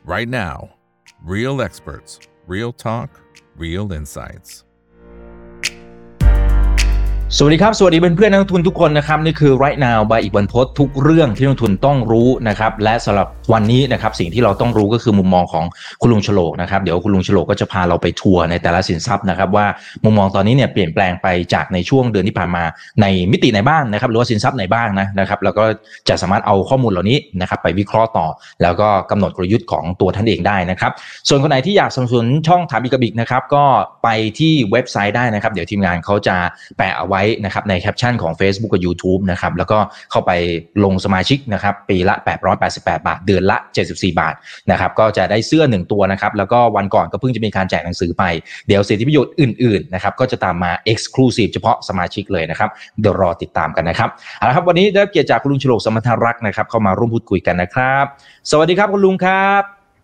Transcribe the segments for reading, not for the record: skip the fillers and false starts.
right now. Real experts, real talk, real insights. สวัสดีครับสวัสดีเพื่อนๆนักลงทุนทุกคนนะครับนี่คือ Right Now by อีกบรรพตทุกเรื่องที่นักลงทุนต้องรู้นะครับและสำหรับวันนี้นะครับสิ่งที่เราต้องรู้ก็คือมุมมองของคุณลุงฉลกนะครับเดี๋ยวคุณลุงฉลกก็จะพาเราไปทัวร์ในแต่ละสินทรัพย์นะครับว่ามุมมองตอนนี้เนี่ยเปลี่ยนแปลงไปจากในช่วงเดือนที่ผ่านมาในมิติไหนบ้างนะครับหรือว่าสินทรัพย์ไหนบ้างนะครับแล้วก็จะสามารถเอาข้อมูลเหล่านี้นะครับไปวิเคราะห์ต่อแล้วก็กำหนดกลยุทธ์ของตัวท่านเองได้นะครับส่วนคนไหนที่อยากสนับสนุนช่องถามอีกกับอีกนะครับก็ไปที่เว็บไซต์ได้นะครับเดี๋ยวทีมงานเขาจะแปะเอาไว้นะครับในแคปชั่นของ Facebook กับ YouTube นะครับแล้วก็เข้าไปลงสมาชิกนะครับปีละ888บาทเดือนละ74บาทนะครับก็จะได้เสื้อ1ตัวนะครับแล้วก็วันก่อนก็เพิ่งจะมีการแจกหนังสือไปเดี๋ยวสิทธิประโยชน์อื่นๆนะครับก็จะตามมา Exclusive เฉพาะสมาชิกเลยนะครับเดี๋ยวรอติดตามกันนะครับเอาละครับวันนี้ได้เกียรติจากคุณลุงฉลกสมรรถรักษ์นะครับเข้ามาร่วมพูดคุยกันนะครับสวัสดีครับคุณลุงครับ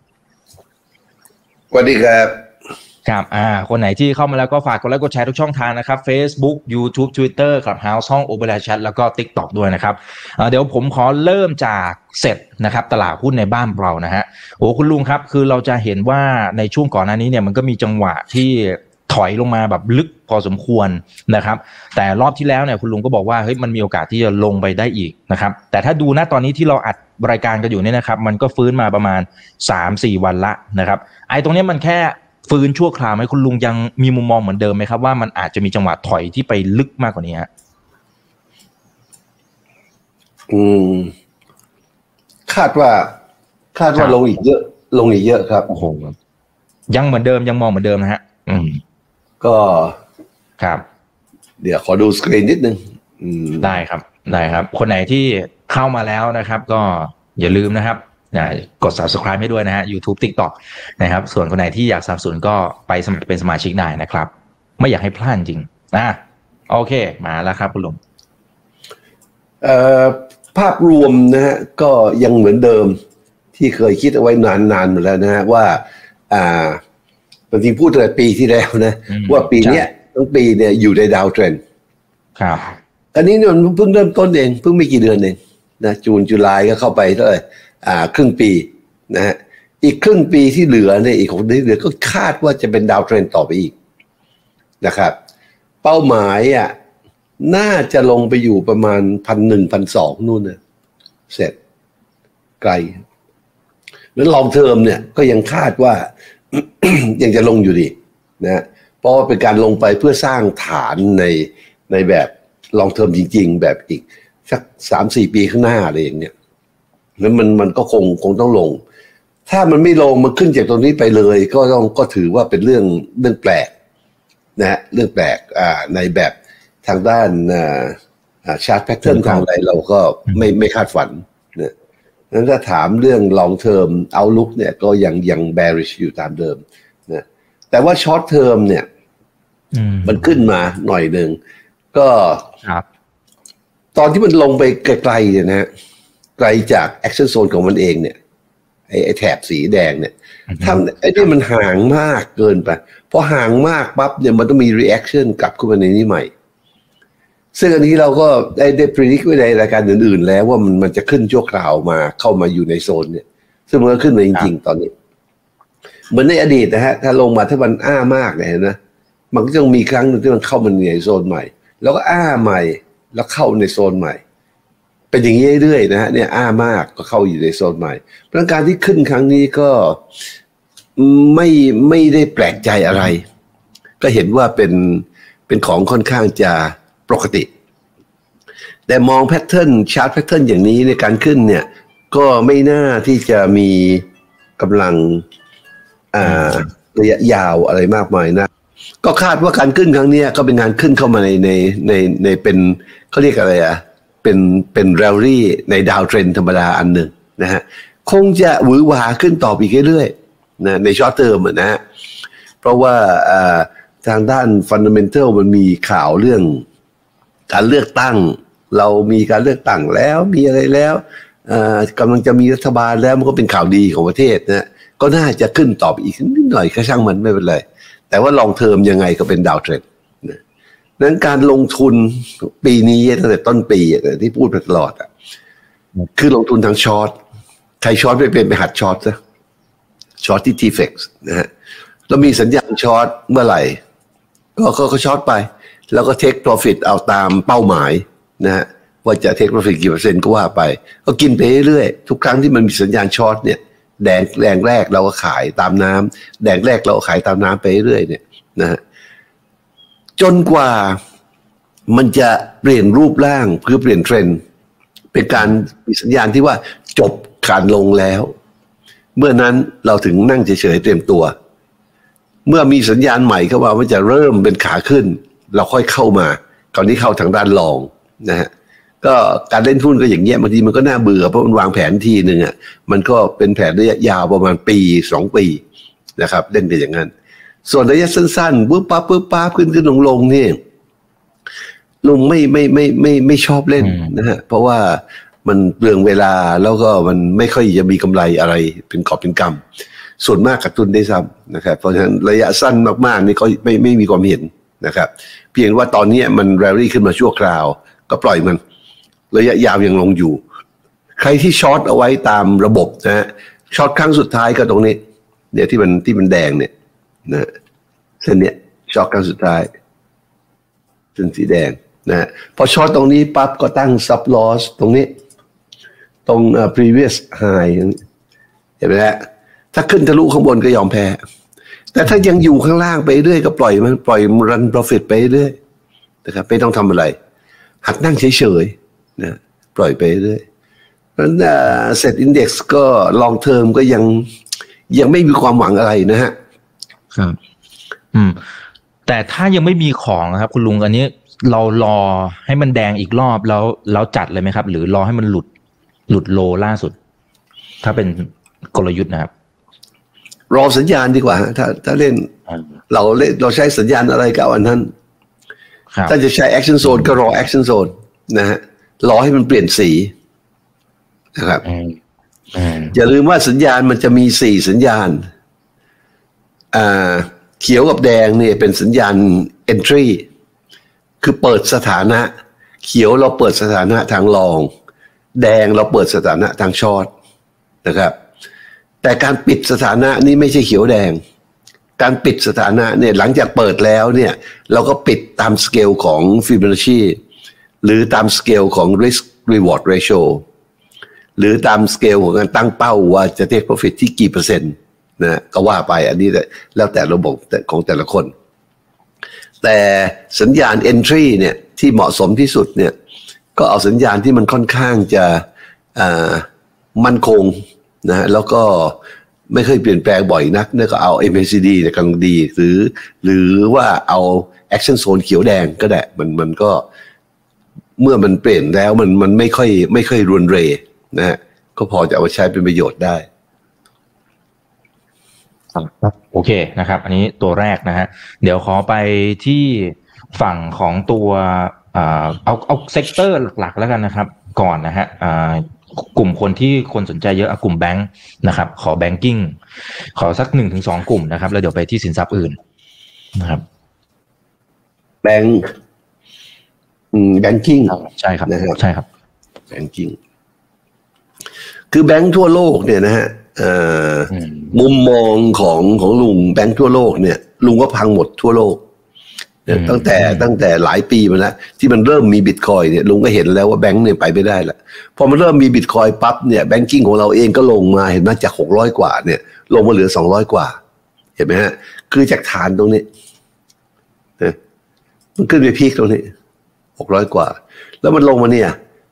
สวัสดีครับครับคนไหนที่เข้ามาแล้วก็ฝากกดไลค์กดแชร์ทุกช่องทางนะครับ Facebook YouTube Twitter Clubhouse ห้อง Opera Chat แล้วก็ TikTok ด้วยนะครับเดี๋ยวผมขอเริ่มจากเสร็จนะครับตลาดหุ้นในบ้านเรานะฮะโอ้คุณลุงครับคือเราจะเห็นว่าในช่วงก่อนหน้านี้เนี่ยมันก็มีจังหวะที่ถอยลงมาแบบลึกพอสมควรนะครับแต่รอบที่แล้วเนี่ยคุณลุงก็บอกว่าเฮ้ยมันมีโอกาสที่จะลงไปได้อีกนะครับแต่ถ้าดูนะตอนนี้ที่เราอัดรายการกันอยู่เนี่ยนะครับมันก็ฟื้นมาประมาณ 3-4 วันละนะครับไอ้ตรงนี้มันแค่ฟื้นชั่วคราวไหมคุณลุงยังมีมุมมองเหมือนเดิมไหมครับว่ามันอาจจะมีจังหวะถอยที่ไปลึกมากกว่านี้ฮะคาดว่าลงอีกเยอะครับโอ้โหยังเหมือนเดิมยังมองเหมือนเดิมนะฮะก็ครับเดี๋ยวขอดูสกรีนนิดนึงได้ครับคนไหนที่เข้ามาแล้วนะครับก็อย่าลืมนะครับกด Subscribe ให้ด้วยนะฮะ YouTube TikTok นะครับส่วนคนไหนที่อยากสนับสนุนก็ไปสมัครเป็นสมาชิกได้นะครับไม่อยากให้พลาดจริงโอเคมาแล้วครับคุณลุงภาพรวมนะฮะก็ยังเหมือนเดิมที่เคยคิดเอาไว้นานมาแล้วนะฮะว่าจริงพูดตั้งแต่ปีที่แล้วนะว่าปีนี้ทั้งปีเนี่ยอยู่ในดาวเทรนด์ครับอันนี้เนี่ยมันเพิ่งเริ่มต้นเองเพิ่งไม่กี่เดือนเองนะจูนจุลายก็เข้าไปเท่าไหร่ครึ่งปีนะฮะอีกครึ่งปีที่เหลือเนี่ยอีกของที่เหลือก็คาดว่าจะเป็นดาวเทรนด์ต่อไปอีกนะครับเป้าหมายน่าจะลงไปอยู่ประมาณ 1,100-1,200 นู่นนะเสร็จไกลแล้วลองเทอมเนี่ยก็ยังคาดว่า ยังจะลงอยู่ดีนะเพราะว่าเป็นการลงไปเพื่อสร้างฐานในแบบลองเทอมจริงๆแบบอีกสัก 3-4 ปีข้างหน้าอะไรอย่างเนี้ยแล้วมันก็คงต้องลงถ้ามันไม่ลงมันขึ้นจากตรงนี้ไปเลยก็ถือว่าเป็นเรื่องแปลกนะฮะเรื่องแปลกในแบบทางด้านชาร์ตแพทเทิร์นทางใดเราก็ไม่คาดฝันนะนั้นถ้าถามเรื่อง long term outlook เนี่ยก็ยัง bearish อยู่ตามเดิมนะแต่ว่า short term เนี่ยมันขึ้นมาหน่อยนึงก็ตอนที่มันลงไปไกลๆเนี่ยนะไกลจาก action zone ของมันเองเนี่ยไอ้แถบสีแดงเนี่ยทำไอ้นี่มันห่างมากเกินไปพอห่างมากปั๊บเนี่ยมันต้องมี reaction กลับขึ้นมาในนี้ใหม่ซึ่งอันนี้เราก็ได้ predict ไว้ในรายการอื่นๆแล้วว่ามันจะขึ้นชั่วคราวมาเข้ามาอยู่ในโซนเนี่ยซึ่งมันก็ขึ้นมาจริงๆตอนนี้เหมือนในอดีตนะฮะถ้าลงมาถ้ามันมากเนี่ยนะมันก็ต้องมีครั้งนึงที่มันเข้ามาในโซนใหม่แล้วก็ใหม่แล้วเข้าในโซนใหม่เป็นอย่างนี้เรื่อยๆนะฮะเนี่ยมากก็เข้าอยู่ในโซนใหม่เพราะการที่ขึ้นครั้งนี้ก็ไม่ได้แปลกใจอะไรก็เห็นว่าเป็นของค่อนข้างจะปกติแต่มองแพทเทิร์นชาร์ตแพทเทิร์นอย่างนี้ในการขึ้นเนี่ยก็ไม่น่าที่จะมีกำลังระยะยาวอะไรมากมายนะก็คาดว่าการขึ้นครั้งนี้ก็เป็นการขึ้นเข้ามาในเป็นเขาเรียกอะไรเป็นแรลลี่ในดาวเทรนธรรมดาอันหนึ่งนะฮะคงจะหวือหวาขึ้นต่อไปเรื่อยๆนะในช็อตเทอมนะฮะเพราะว่าทางด้านฟันดาเมนทัลมันมีข่าวเรื่องการเลือกตั้งเรามีการเลือกตั้งแล้วมีอะไรแล้วกำลังจะมีรัฐบาลแล้วมันก็เป็นข่าวดีของประเทศนะก็น่าจะขึ้นต่อไปอีกนิดหน่อยก็ช่างมันไม่เป็นไรแต่ว่าลองเทอมยังไงก็เป็นดาวเทรนด์นะนั้นการลงทุนปีนี้ตั้งแต่ต้นปีที่พูดมาตลอดคือลงทุนทางช็อตใครช็อตไม่เป็นไปหัดช็อตซะช็อตที่ TFX นะฮะแล้วมีสัญญาณช็อตเมื่อไหร่ก็ช็อตไปแล้วก็ take profit เอาตามเป้าหมายนะฮะว่าจะ take profit กี่เปอร์เซ็นต์ก็ว่าไปก็กินไปเรื่อยๆทุกครั้งที่มันมีสัญญาณช็อตเนี่ยแดงแรกเราก็ขายตามน้ำแดงแรกเราก็ขายตามน้ำไปเรื่อยๆเนี่ยนะฮะจนกว่ามันจะเปลี่ยนรูปร่างเพื่อเปลี่ยนเทรนด์เป็นการมีสัญญาณที่ว่าจบการลงแล้วเมื่อนั้นเราถึงนั่งเฉยๆเตรียมตัวเมื่อมีสัญญาณใหม่เข้ามาว่าจะเริ่มเป็นขาขึ้นเราค่อยเข้ามาคราวนี้เข้าทางด้านรองนะฮะก็การเล่นหุ้นก็อย่างเงี้ยบางทีมันก็น่าเบื่อเพราะมันวางแผนทีนึงอ่ะมันก็เป็นแผนระยะยาวประมาณปี2 ปีนะครับเล่นกันอย่างนั้นส่วนระยะสั้นๆปุ๊บปั๊บขึ้นลงนี่ลุงไม่ชอบเล่นนะฮะเพราะว่ามันเปลืองเวลาแล้วก็มันไม่ค่อยจะมีกำไรอะไรเป็นกอบเป็นกำส่วนมากกระตุ้นได้ซ้ำนะครับเพราะฉะนั้นระยะสั้นมากๆนี่เขาไม่มีความเห็นนะครับเพียงว่าตอนนี้มันแรลลี่ขึ้นมาชั่วคราวก็ปล่อยมันระยะยาวยังลงอยู่ใครที่ช็อตเอาไว้ตามระบบนะฮะช็อตครั้งสุดท้ายก็ตรงนี้เนี่ยที่มันแดงเนี่ยนะเส้นเนี่ยช็อตครั้งสุดท้ายเส้นสีแดงนะพอช็อตตรงนี้ปั๊บก็ตั้ง stop loss ตรงนี้ตรงprevious high เห็นไหมฮะถ้าขึ้นทะลุข้างบนก็ยอมแพ้แต่ถ้ายังอยู่ข้างล่างไปเรื่อยก็ปล่อยมันรัน profit ไปเรื่อยนะครับไม่ต้องทำอะไรหัดนั่งเฉยๆนะปล่อยไปเรื่อยเพราะฉะนั้นSet Index ก็ long term ก็ยังไม่มีความหวังอะไรนะฮะครับแต่ถ้ายังไม่มีของครับคุณลุงอันนี้เรารอให้มันแดงอีกรอบแล้วจัดเลยไหมครับหรือรอให้มันหลุดโลล่าสุดถ้าเป็นกลยุทธ์นะครับรอสัญญาณดีกว่าถ้าเล่นเราใช้สัญญาณอะไรก็เอาอันนั้นถ้าจะใช้ action zone ก็รอ action zone นะฮะรอให้มันเปลี่ยนสีนะครับอย่าลืมว่าสัญญาณมันจะมี4สัญญาณเขียวกับแดงเนี่ยเป็นสัญญาณ entry คือเปิดสถานะเขียวเราเปิดสถานะทางรองแดงเราเปิดสถานะทางช็อตนะครับแต่การปิดสถานะนี่ไม่ใช่เขียวแดงการปิดสถานะเนี่ยหลังจากเปิดแล้วเนี่ยเราก็ปิดตามสเกลของ Fibonacci หรือตามสเกลของ risk reward ratio หรือตามสเกลของการตั้งเป้าว่าจะ take profit ที่กี่เปอร์เซ็นต์นะก็ว่าไปอันนี้แล้วแต่ระบบของแต่ละคนแต่สัญญาณ entry เนี่ยที่เหมาะสมที่สุดเนี่ยก็เอาสัญญาณที่มันค่อนข้างจะมั่นคงนะแล้วก็ไม่เคยเปลี่ยนแปลงบ่อยนักเนี่ยก็เอา MACD เนี่ยกำลังดีหรือว่าเอา action zone เขียวแดงก็ได้มันก็เมื่อมันเปลี่ยนแล้วมันไม่ค่อยรุนเรนะฮะก็พอจะเอาไปใช้เป็นประโยชน์ได้โอเคนะครับอันนี้ตัวแรกนะฮะเดี๋ยวขอไปที่ฝั่งของตัวเอาเซกเตอร์หลักๆแล้วกันนะครับก่อนนะฮะกลุ่มคนที่คนสนใจเยอะกลุ่มแบงค์นะครับขอแบงกิ้งขอสัก 1-2 กลุ่มนะครับแล้วเดี๋ยวไปที่สินทรัพย์อื่นนะครับแบงกิ้งใช่ครับใช่ครับแบงกิ้งคือแบงค์ทั่วโลกเนี่ยนะฮะมุมมองของลุงแบงค์ทั่วโลกเนี่ยลุงก็พังหมดทั่วโลกตั้งแต่หลายปีมาแล้วที่มันเริ่มมีบิตคอยเนี่ยลุงก็เห็นแล้วว่าแบงค์เนี่ยไปไม่ได้ละพอมันเริ่มมีบิตคอยปั๊บเนี่ยแบงกิ้งของเราเองก็ลงมาเห็นไหมจาก600กว่าเนี่ยลงมาเหลือ200กว่าเห็นไหมฮะคือจากฐานตรงนี้มันขึ้นไปพีคตรงนี้600กว่าแล้วมันลงมาเนี่ย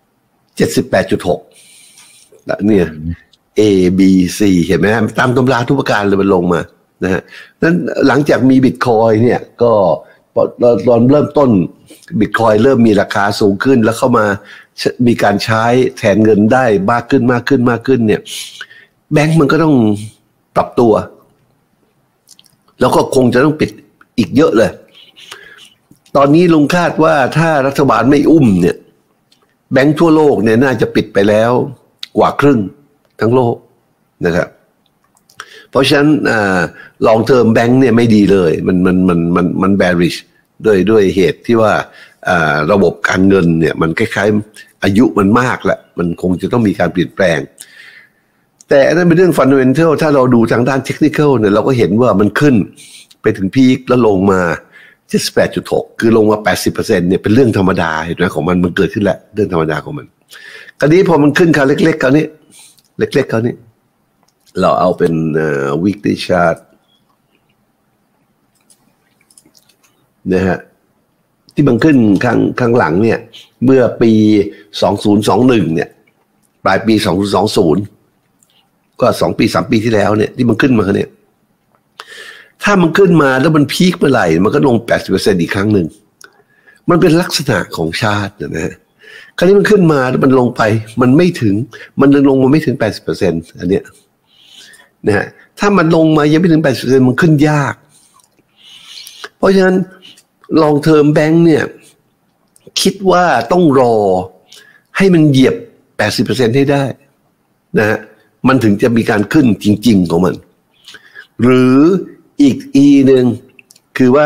78.6 แล้วเนี่ย A B C เห็นไหมฮะตามตำราทุกประการเลยมันลงมานะฮะนั้นหลังจากมีบิตคอยเนี่ยก็ตอนเริ่มต้นบิตคอยเริ่มมีราคาสูงขึ้นแล้วเข้ามามีการใช้แทนเงินได้มากขึ้นเนี่ยแบงก์มันก็ต้องปรับตัวแล้วก็คงจะต้องปิดอีกเยอะเลยตอนนี้ลุงคาดว่าถ้ารัฐบาลไม่อุ้มเนี่ยแบงก์ทั่วโลกเนี่ยน่าจะปิดไปแล้วกว่าครึ่งทั้งโลกนะครับเพราะฉะนั้นlong term แบงก์เนี่ยไม่ดีเลยมัน bearish ด้วยเหตุที่ว่าระบบการเงินเนี่ยมันคล้ายๆอายุมันมากแล้วมันคงจะต้องมีการเปลี่ยนแปลงแต่อันนั้นเป็นเรื่อง fundamental ถ้าเราดูทางด้าน technical เนี่ยเราก็เห็นว่ามันขึ้นไปถึงพีคแล้วลงมา 78.6 คือลงมา 80% เนี่ยเป็นเรื่องธรรมดาเห็นไหมของมันเกิดขึ้นแล้วเรื่องธรรมดาของมันคราวนี้พอมันขึ้นคราวเล็กๆคราวนี้เล็กๆคราวนี้เราเอาเป็นweekly chart นะฮะที่มันขึ้นข้างหลังเนี่ยเมื่อปี 2021 เนี่ยปลายปี 2020 ก็2 ปี 3 ปีที่แล้วเนี่ยที่มันขึ้นมาเนี่ยถ้ามันขึ้นมาแล้วมันพีคเมื่อไหร่มันก็ลง 80% อีกครั้งหนึ่งมันเป็นลักษณะของชาตินะฮะคราวนี้มันขึ้นมาแล้วมันลงไปมันไม่ถึงมันลงมาไม่ถึง 80% อันเนี้ยนะฮะถ้ามันลงมายังไม่ถึง 80% มันขึ้นยากเพราะฉะนั้นlong term bank เนี่ยคิดว่าต้องรอให้มันเหยียบ 80% ให้ได้นะฮะมันถึงจะมีการขึ้นจริงๆของมันหรืออีกหนึ่งคือว่า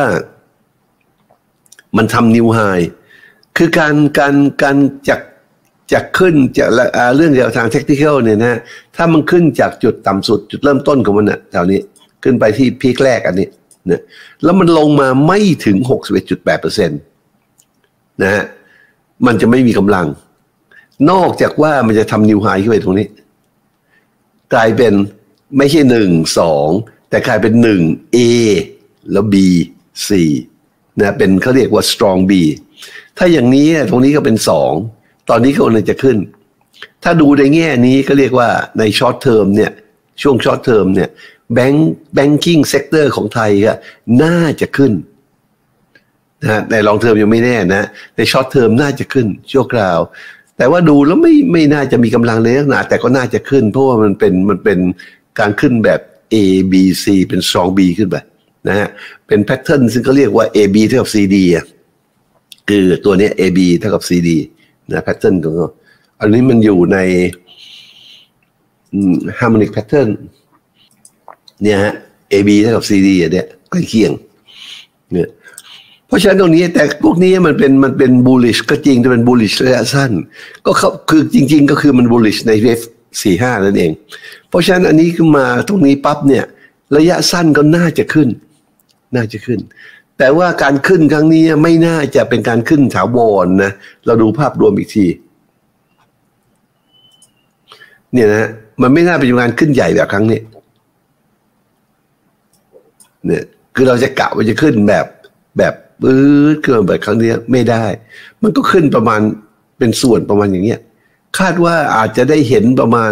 มันทำ new high คือการจากขึ้นจากเรื่องเดียวทาง technical เนี่ยนะถ้ามันขึ้นจากจุดต่ำสุดจุดเริ่มต้นของมันน่ะแถวนี้ขึ้นไปที่พีคแรกอันนี้เนี่ยแล้วมันลงมาไม่ถึง 61.8% นะฮะมันจะไม่มีกำลังนอกจากว่ามันจะทำ new high ขึ้นไปตรงนี้กลายเป็นไม่ใช่1 2แต่กลายเป็น1 A แล้ว B C นะเป็นเขาเรียกว่า strong B ถ้าอย่างนี้ตรงนี้ก็เป็น2ตอนนี้ก็เลยจะขึ้นถ้าดูในแง่นี้ก็เรียกว่าใน short term เนี่ยช่วง short term เนี่ยbanking sector ของไทยก็น่าจะขึ้นนะใน long term ยังไม่แน่นะใน short term น่าจะขึ้นชั่วคราวแต่ว่าดูแล้วไม่น่าจะมีกำลังในลักษณะแต่ก็น่าจะขึ้นเพราะว่ามันเป็นการขึ้นแบบ A B C เป็น strong B ขึ้นไปนะฮะเป็น pattern ซึ่งเขาเรียกว่า AB เท่ากับ CD อ่ะคือตัวนี้ AB เท่ากับ CD นะ pattern ของเขาอันนี้มันอยู่ในharmonic pattern เนี่ยฮะ AB เท่ากับ CD อ่ะเนี่ยใกล้เคียงเนี่ยเพราะฉะนั้นตรงนี้แต่พวกนี้มันเป็น bullish ก็จริงแต่เป็น bullish ระยะสั้นก็คือจริงๆก็คือมัน bullish ใน F45 นั่นเองเพราะฉะนั้นอันนี้ขึ้นมาตรงนี้ปั๊บเนี่ยระยะสั้นก็น่าจะขึ้นแต่ว่าการขึ้นครั้งนี้ไม่น่าจะเป็นการขึ้นถาวรนะเราดูภาพรวมอีกทีเนี่ยนะมันไม่น่าเป็นการขึ้นใหญ่แบบครั้งนี้เนี่ยคือเราจะกะว่าจะขึ้นแบบเกินแบบครั้งนี้ไม่ได้มันก็ขึ้นประมาณเป็นส่วนประมาณอย่างเงี้ยคาดว่าอาจจะได้เห็นประมาณ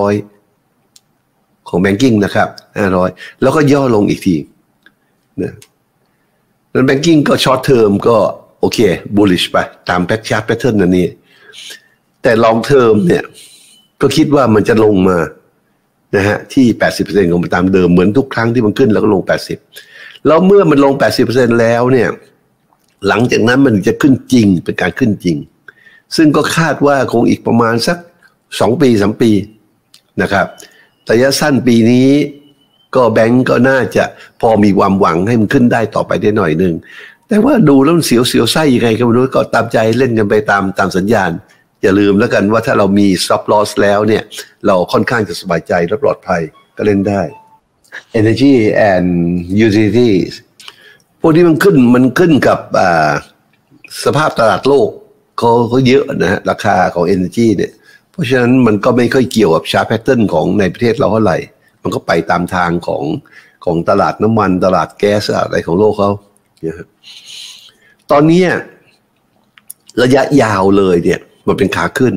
500ของแบงกิ้งนะครับ500แล้วก็ย่อลงอีกทีนะแล้วแบงกิ้งก็ช็อตเทอมก็โอเคบูลลิชไปตามชาร์ตแพทเทิร์นนั่นนี่แต่ลองเทอมเนี่ยก็คิดว่ามันจะลงมานะฮะที่ 80% ของมันตามเดิมเหมือนทุกครั้งที่มันขึ้นแล้วก็ลง 80แล้วเมื่อมันลง 80% แล้วเนี่ยหลังจากนั้นมันจะขึ้นจริงเป็นการขึ้นจริงซึ่งก็คาดว่าคงอีกประมาณสัก2 ปี 3 ปีนะครับระยะสั้นปีนี้ก็แบงก์ก็น่าจะพอมีความหวังให้มันขึ้นได้ต่อไปได้หน่อยนึงแต่ว่าดูแล้วมันเสียวไส้ยังไงก็ไม่รู้ก็ตามใจเล่นกันไปตามสัญญาณอย่าลืมแล้วกันว่าถ้าเรามี stop loss แล้วเนี่ยเราค่อนข้างจะสบายใจและปลอดภัยก็เล่นได้ energy and utilities พวกที่มันขึ้นกับสภาพตลาดโลกเขาเยอะนะฮะราคาของ energy เนี่ยเพราะฉะนั้นมันก็ไม่ค่อยเกี่ยวกับ chart pattern ของในประเทศเราเท่าไหร่มันก็ไปตามทางของตลาดน้ำมันตลาดแก๊สอะไรของโลกเขาตอนนี้ระยะยาวเลยเนี่ยมันเป็นขาขึ้น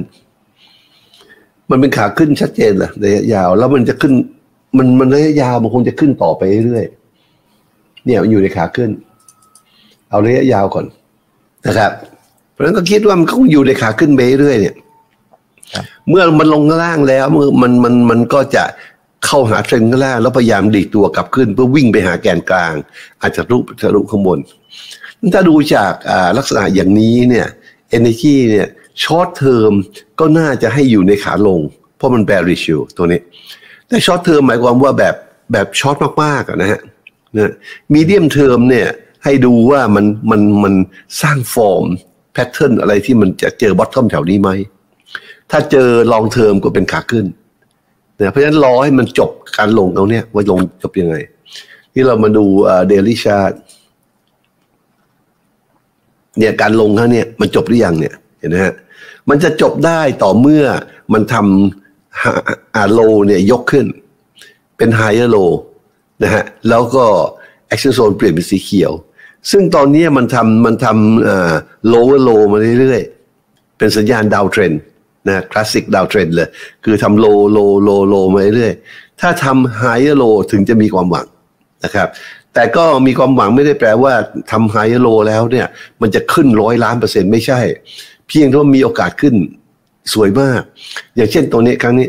ชัดเจนเลยระยะยาวแล้วมันจะขึ้นมันระยะยาวมันคงจะขึ้นต่อไปเรื่อยๆเนี่ยมันอยู่ในขาขึ้นเอาระยะยาวก่อนนะครับเพราะฉะนั้นก็คิดว่ามันคงอยู่ในขาขึ้นไปเรื่อยเนี่ยเมื่อมันลงข้างล่างแล้วมันก็จะเข้าหาเทรนด์ข้างล่างแล้วพยายามดีดตัวกลับขึ้นเพื่อวิ่งไปหาแกนกลางอาจจะทะลุข้างบนถ้าดูจากลักษณะอย่างนี้เนี่ย energy เนี่ยช็อตเทอมก็น่าจะให้อยู่ในขาลงเพราะมัน bearish อยู่ตัวนี้แต่ช็อตเทอมหมายความว่าแบบช็อตมากๆนะฮะมีเดียมเทอมเนี่ยให้ดูว่ามันสร้างฟอร์มแพทเทิร์นอะไรที่มันจะเจอบอททอมแถวนี้ไหมถ้าเจอลองเทอมก็เป็นขาขึ้นนะเพราะฉะนั้นรอให้มันจบการลงตรงเนี้ยว่าลงจบยังไงที่เรามาดูเดลี่ชาร์ตเนี่ยการลงครั้งเนี้ยมันจบหรือยังเนี่ยเห็นไหมฮะมันจะจบได้ต่อเมื่อมันทำโลเนี่ยยกขึ้นเป็น higher low นะฮะแล้วก็ action zone เปลี่ยนเป็นสีเขียวซึ่งตอนนี้มันทำlower low มาเรื่อยๆเป็นสัญญาณดาวเทรนด์นะคลาสสิกดาวเทรนด์เลยคือทำ low มาเรื่อยๆถ้าทำ higher low ถึงจะมีความหวังนะครับแต่ก็มีความหวังไม่ได้แปลว่าทำ higher low แล้วเนี่ยมันจะขึ้น100%ไม่ใช่เพียงแต่ว่ามีโอกาสขึ้นสวยมากอย่างเช่นตัวนี้ครั้งนี้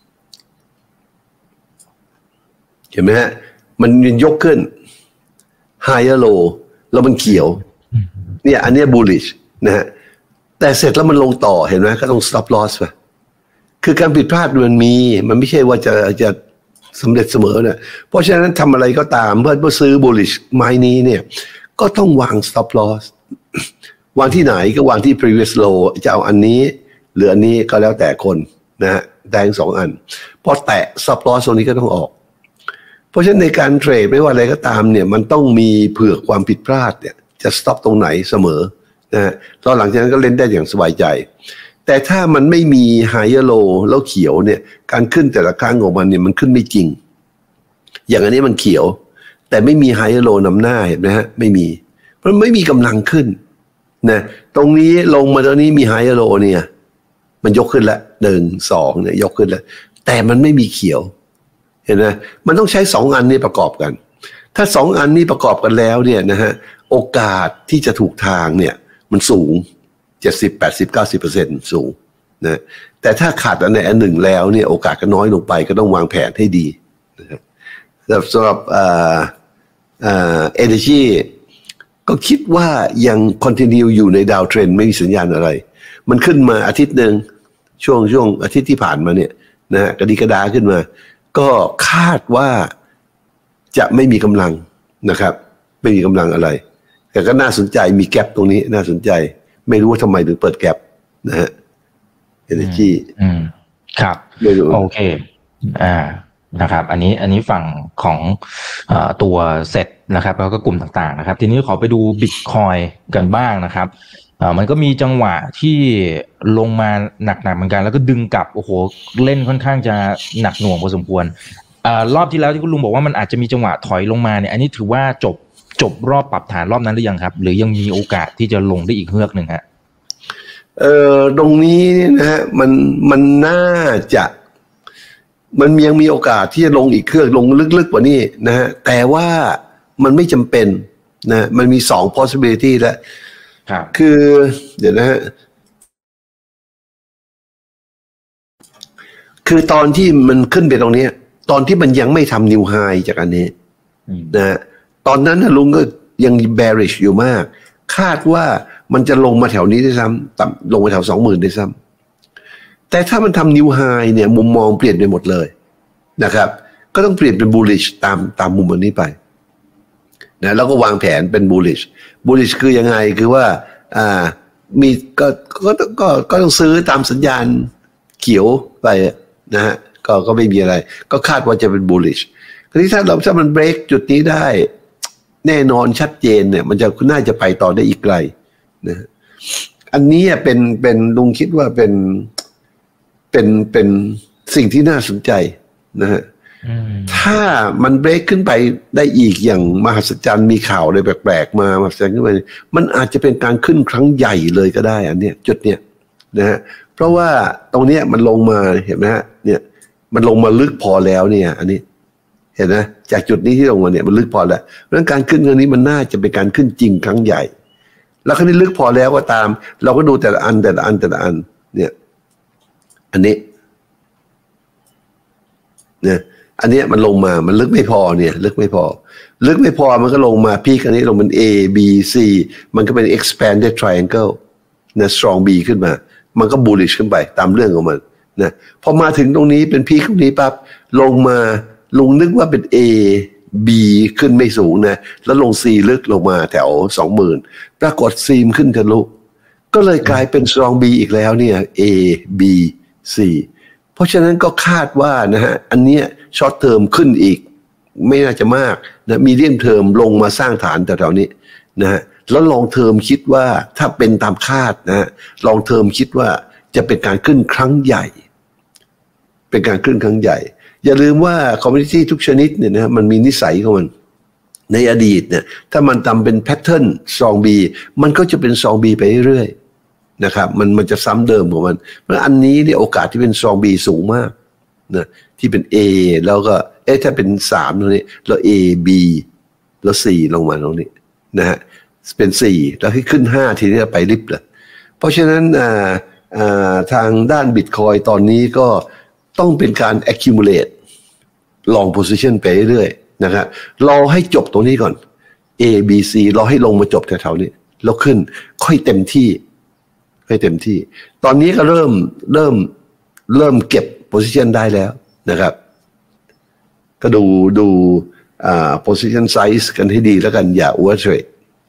เห็นไหมฮะมันยกขึ้น higher low แล้วมันเขียวเนี่ยอันนี้ bullish นะฮะแต่เสร็จแล้วมันลงต่อเห็นไหมก็ต้อง stop loss ไปคือการผิดพลาดมันไม่ใช่ว่าจะสำเร็จเสมอเนี่ยเพราะฉะนั้นทำอะไรก็ตามเพื่อซื้อ bullish ไม้นี้เนี่ยก็ต้องวาง stop loss วางที่ไหนก็วางที่ previous low จะเอาอันนี้หรืออันนี้ก็แล้วแต่คนนะฮะได้ทั้ง2อันพอแตะ stop loss ตรงนี้ก็ต้องออกเพราะฉะนั้นในการเทรดไม่ว่าอะไรก็ตามเนี่ยมันต้องมีเผื่อความผิดพลาดเนี่ยจะ stop ตรงไหนเสมอนะฮะตอนหลังจากนั้นก็เล่นได้อย่างสบายใจแต่ถ้ามันไม่มี higher low แล้วเขียวเนี่ยการขึ้นแต่ละครั้งของมันเนี่ยมันขึ้นไม่จริงอย่างอันนี้มันเขียวแต่ไม่มี higher low นำหน้าเห็นไหมฮะไม่มีเพราะไม่มีกำลังขึ้นนะตรงนี้ลงมาตรงนี้มี higher low เนี่ยมันยกขึ้นละ1 2เนี่ยยกขึ้นแล้วแต่มันไม่มีเขียวเห็นไหมมันต้องใช้2อันนี้ประกอบกันถ้า2อันนี้ประกอบกันแล้วเนี่ยนะฮะโอกาสที่จะถูกทางเนี่ยมันสูง70 80 90% สูงนะแต่ถ้าขาดอันใดอันหนึ่งแล้วเนี่ยโอกาสก็น้อยลงไปก็ต้องวางแผนให้ดีนะครับสำหรับenergy ก็คิดว่ายัง continue อยู่ในดาวเทรนด์ไม่มีสัญญาณอะไรมันขึ้นมาอาทิตย์นึงช่วงอาทิตย์ที่ผ่านมาเนี่ยนะฮะกระดิกระดาขึ้นมาก็คาดว่าจะไม่มีกำลังนะครับไม่มีกำลังอะไรแต่ก็น่าสนใจมีแกปตรงนี้น่าสนใจไม่รู้ว่าทำไมถึงเปิดแกปนะฮะ energy ครับโอเคนะครับอันนี้ฝั่งของตัวเซ็ตนะครับแล้วก็กลุ่มต่างๆนะครับทีนี้ขอไปดู Bitcoin กันบ้างนะครับมันก็มีจังหวะที่ลงมาหนักๆเหมือนกันแล้วก็ดึงกลับโอ้โหเล่นค่อนข้างจะหนักหน่วงพอสมควรรอบที่แล้วที่คุณลุงบอกว่ามันอาจจะมีจังหวะถอยลงมาเนี่ยอันนี้ถือว่าจบรอบปรับฐานรอบนั้นหรือยังครับหรือยังมีโอกาสที่จะลงได้อีกเฮือกหนึ่งฮะตรงนี้นะฮะมันน่าจะมันยังมีโอกาสที่จะลงอีกเครื่องลงลึกๆกว่านี้นะฮะแต่ว่ามันไม่จำเป็นนะมันมี2 possibility แล้วคือเดี๋ยวนะฮะคือตอนที่มันขึ้นไปตรงนี้ตอนที่มันยังไม่ทำ new high จากอันนี้นะตอนนั้นลุงก็ยัง bearish อยู่มากคาดว่ามันจะลงมาแถวนี้ด้วยซ้ำต่ำลงมาแถว 20,000 ด้วยซ้ำแต่ถ้ามันทำ new high เนี่ยมุมมองเปลี่ยนไปหมดเลยนะครับก็ต้องเปลี่ยนเป็น bullish ตามมุมอันนี้ไปนะแล้วก็วางแผนเป็น bullish คือยังไงคือว่ามีก็ต้องซื้อตามสัญญาณเขียวไปนะฮะก็ไม่มีอะไรก็คาดว่าจะเป็น bullish ทีนี้ถ้ามัน break จุดนี้ได้แน่นอนชัดเจนเนี่ยมันจะน่าจะไปต่อได้อีกไกลนะอันนี้เป็นลุงคิดว่าเป็นสิ่งที่น่าสนใจนะฮะถ้ามันเบรกขึ้นไปได้อีกอย่างมหัศจรรย์มีข่าวอะไรแปลกๆมามหัศจรรย์ขึ้นไปมันอาจจะเป็นการขึ้นครั้งใหญ่เลยก็ได้อันเนี้ยจุดเนี้ยนะฮะเพราะว่าตรงเนี้ยมันลงมาเห็นไหมฮะเนี่ยมันลงมาลึกพอแล้วเนี่ยอันนี้เห็นนะจากจุดนี้ที่ลงมาเนี่ยมันลึกพอแล้วเพราะฉะนั้นการขึ้นครั้งนี้มันน่าจะเป็นการขึ้นจริงครั้งใหญ่แล้วครั้งนี้ลึกพอแล้วก็ตามเราก็ดูแต่ละอันเนี่ยอันนี้เนี่ยอันนี้มันลงมามันลึกไม่พอเนี่ยลึกไม่พอมันก็ลงมาพีคอันนี้ลงเป็น A B C มันก็เป็น expanded triangle นะ strong B ขึ้นมามันก็ bullish ขึ้นไปตามเรื่องของมันนะพอมาถึงตรงนี้เป็นพีคตรงนี้ปั๊บลงมาลุงนึกว่าเป็น A B ขึ้นไม่สูงนะแล้วลง C ลึกลงมาแถว 20,000 ปรากฏ C ขึ้นทะลุก็เลยกลายเป็น strong B อีกแล้วเนี่ย A B C เพราะราะฉะนั้นก็คาดว่านะฮะอันเนี้ยช็อตเทอมขึ้นอีกไม่น่าจะมากนะมีเดียมเทอมลงมาสร้างฐานแถวๆนี้นะฮะแล้วลองเทอมคิดว่าถ้าเป็นตามคาดนะฮะลองเทอมคิดว่าจะเป็นการขึ้นครั้งใหญ่เป็นการขึ้นครั้งใหญ่อย่าลืมว่าคอมมูนิตี้ทุกชนิดเนี่ยนะมันมีนิสัยของมันในอดีตเนี่ยถ้ามันทำเป็นแพทเทิร์นซองบีมันก็จะเป็นซองบีไปเรื่อยๆนะครับมันจะซ้ำเดิมของมันเพราะอันนี้เนี่ยโอกาสที่เป็นซองบีสูงมากนะที่เป็น A แล้วก็ถ้าเป็น3ตรงนี้แล้ว A B แล้ว4ลงมาตรงนี้นะฮะเป็น4แล้วให้ขึ้น5ทีนี้ไปลิฟต์เลยเพราะฉะนั้นทางด้าน Bitcoin ตอนนี้ก็ต้องเป็นการ accumulate long position ไปเรื่อยๆนะครับรอให้จบตรงนี้ก่อน A B C รอให้ลงมาจบแถวๆนี้แล้วขึ้นค่อยเต็มที่ตอนนี้ก็เริ่มเก็บ position ได้แล้วนะครับก็ดูposition size กันให้ดีแล้วกันอย่า overtrade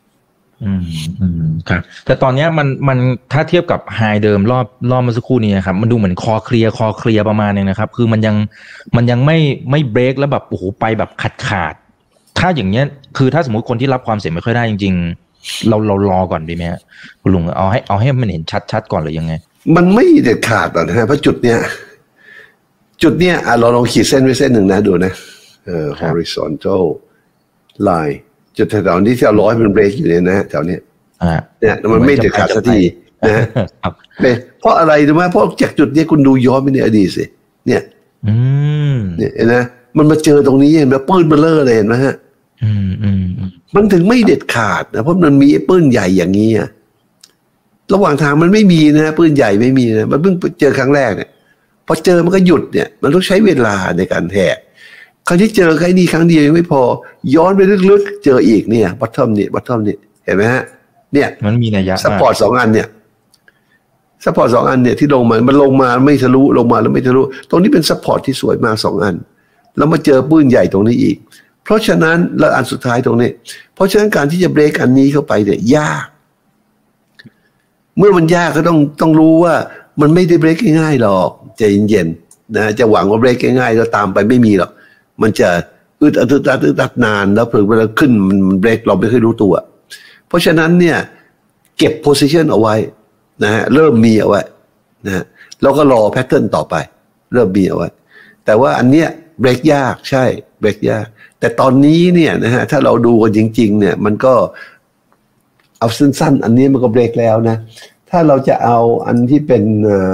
ครับแต่ตอนนี้มันถ้าเทียบกับไฮเดิมรอบเมื่อสักครู่นี้ครับมันดูเหมือนคอเคลียร์ประมาณนึงนะครับคือมันยังไม่เบรกแล้วแบบโอ้โหไปแบบขาดถ้าอย่างเงี้ยคือถ้าสมมติคนที่รับความเสี่ยงไม่ค่อยได้จริงๆเรารอก่อนดีไหมฮะคุณลุงเอาให้มันเห็นชัดก่อนหรือยังไงมันไม่เด็ดขาดหรอกนะฮะเพราะจุดเนี้ยเราลองขีดเส้นไว้เส้นหนึ่งนะดูนะhorizontal line จุดแถวๆนี้ที่เอาร้อยเป็นเบรกอยู่เนี่ยนะแถวนี้เนี่ยมันไม่เด็ดขาดสักทีนะเพราะอะไรรู้ไหมเพราะจากจุดนี้คุณดูย้อนไปในอดีตสิเนี่ยเห็นไหมมันมาเจอตรงนี้เห็นไหมปืนเบลอเลยเห็นไหมฮะมันถึงไม่เด็ดขาดนะเพราะมันมีปืนใหญ่อย่างนี้ระหว่างทางมันไม่มีนะปืนใหญ่ไม่มีนะมันเพิ่งเจอครั้งแรกเนี่ยพอเจอมันก็หยุดเนี่ยมันต้องใช้เวลาในการแหกครั้งที่เจอแค่นี้ครั้งเดียวยังไม่พอย้อนไปลึกๆเจออีกเนี่ยบอททอมนี่เห็นไหมฮะเนี่ยมันมีนัยยะซัพพอร์ต2อันเนี่ยซัพพอร์ต2อันเนี่ยที่ลงมามันลงมาไม่ทะลุลงมาแล้วไม่ทะลุตรงนี้เป็นซัพพอร์ตที่สวยมาก2อันแล้วมาเจอปืนใหญ่ตรงนี้อีกเพราะฉะนั้นแล้วอันสุดท้ายตรงนี้เพราะฉะนั้นการที่จะเบรกอันนี้เข้าไปเนี่ยยากเมื่อมันยากก็ต้องรู้ว่ามันไม่ได้เบรกง่ายๆหรอกใจเย็นๆนะจะหวังว่าเบรกง่ายๆแล้วตามไปไม่มีหรอกมันจะอึดอัดนานแล้วเพิ่งเวลาขึ้นมันเบรกเราไม่เคยรู้ตัวเพราะฉะนั้นเนี่ยเก็บ position เอาไว้นะฮะเริ่มมีเอาไว้นะฮะแล้วก็รอแพทเทิร์นต่อไปเริ่มมีเอาไว้แต่ว่าอันเนี้ยเบรกยากใช่เบรกยากแต่ตอนนี้เนี่ยนะฮะถ้าเราดูกันจริงๆเนี่ยมันก็เอาสั้นๆอันนี้มันก็เบรกแล้วนะถ้าเราจะเอาอันที่เป็น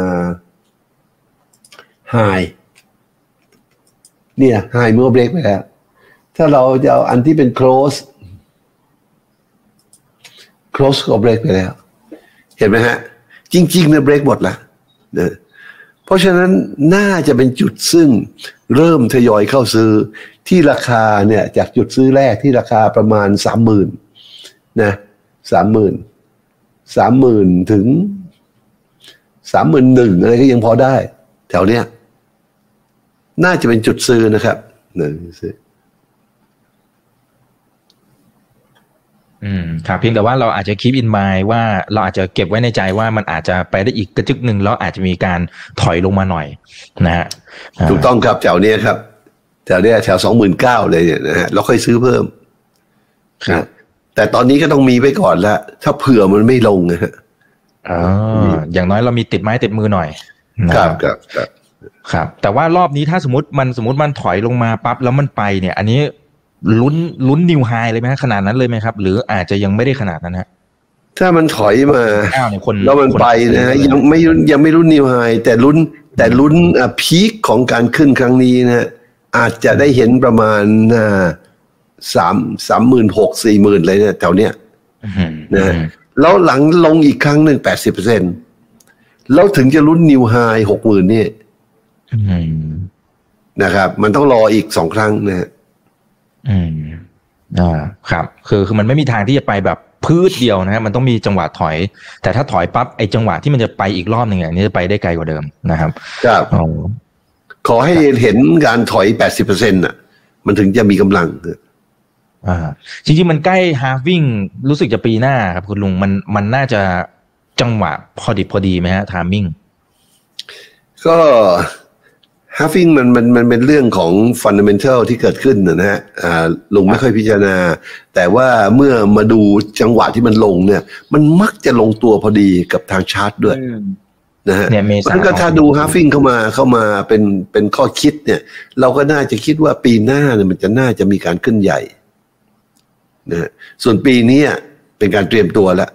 high เนี่ย high มันก็เบรกไปแล้วถ้าเราจะเอาอันที่เป็น close ก็เบรกไปแล้วเห็นไหมฮะจริงๆเนี่ยเบรกหมดแล้วนะเพราะฉะนั้นน่าจะเป็นจุดซึ่งเริ่มทยอยเข้าซื้อที่ราคาเนี่ยจากจุดซื้อแรกที่ราคาประมาณ 30,000 นะ 30,000 ถึง 31,000 อะไรก็ยังพอได้แถวเนี้ยน่าจะเป็นจุดซื้อนะครับครับเพียงแต่ว่าเราอาจจะ keep in mind ว่าเราอาจจะเก็บไว้ในใจว่ามันอาจจะไปได้อีกกระจึกหนึ่งแล้วอาจจะมีการถอยลงมาหน่อยนะฮะถูกต้องครับแถวนี้ครับแถวนี้แถว 29,000 เลยเนี่ยนะฮะเราค่อยซื้อเพิ่มครับแต่ตอนนี้ก็ต้องมีไว้ก่อนละถ้าเผื่อมันไม่ลงนะฮะอย่างน้อยเรามีติดไม้ติดมือหน่อยครับแต่ว่ารอบนี้ถ้าสมมติมันถอยลงมาปั๊บแล้วมันไปเนี่ยอันนี้ลุ้นนิวไฮเลยไหมขนาดนั้นเลยไหมครับหรืออาจจะยังไม่ได้ขนาดนั้นฮะถ้ามันถอยมาแล้วมันไปนะยังไม่ลุ้นนิวไฮแต่ลุ้นพีคของการขึ้นครั้งนี้นะอาจจะได้เห็นประมาณ36,000 40,000เลยเนี่ยแถวเนี้ยนะแล้วหลังลงอีกครั้งหนึ่ง 80% แล้วถึงจะลุ้นนิวไฮ 60,000 นี่นะครับมันต้องรออีก2ครั้งนะฮะครับคือมันไม่มีทางที่จะไปแบบพืชเดียวนะฮะมันต้องมีจังหวะถอยแต่ถ้าถอยปั๊บไอ้จังหวะที่มันจะไปอีกรอบนึงเนี่ยจะไปได้ไกลกว่าเดิมนะครับครับขอให้เห็นการถอย 80% น่ะมันถึงจะมีกำลังจริงๆมันใกล้ฮาล์ฟวิ่งรู้สึกจะปีหน้าครับคุณลุงมันน่าจะจังหวะพอดีไหมฮะไทมิ่งก็ halving มันเป็นเรื่องของ fundamental ที่เกิดขึ้นนะฮะลุงไม่ค่อยพิจารณาแต่ว่าเมื่อมาดูจังหวะที่มันลงเนี่ยมันมักจะลงตัวพอดีกับทางชาร์ตด้วยนะฮะแล้วก็ถ้าดู halving เข้ามาเป็นข้อคิดเนี่ยเราก็น่าจะคิดว่าปีหน้าเนี่ยมันจะน่าจะมีการขึ้นใหญ่นะส่วนปีนี้เป็นการเตรียมตัวแล้ว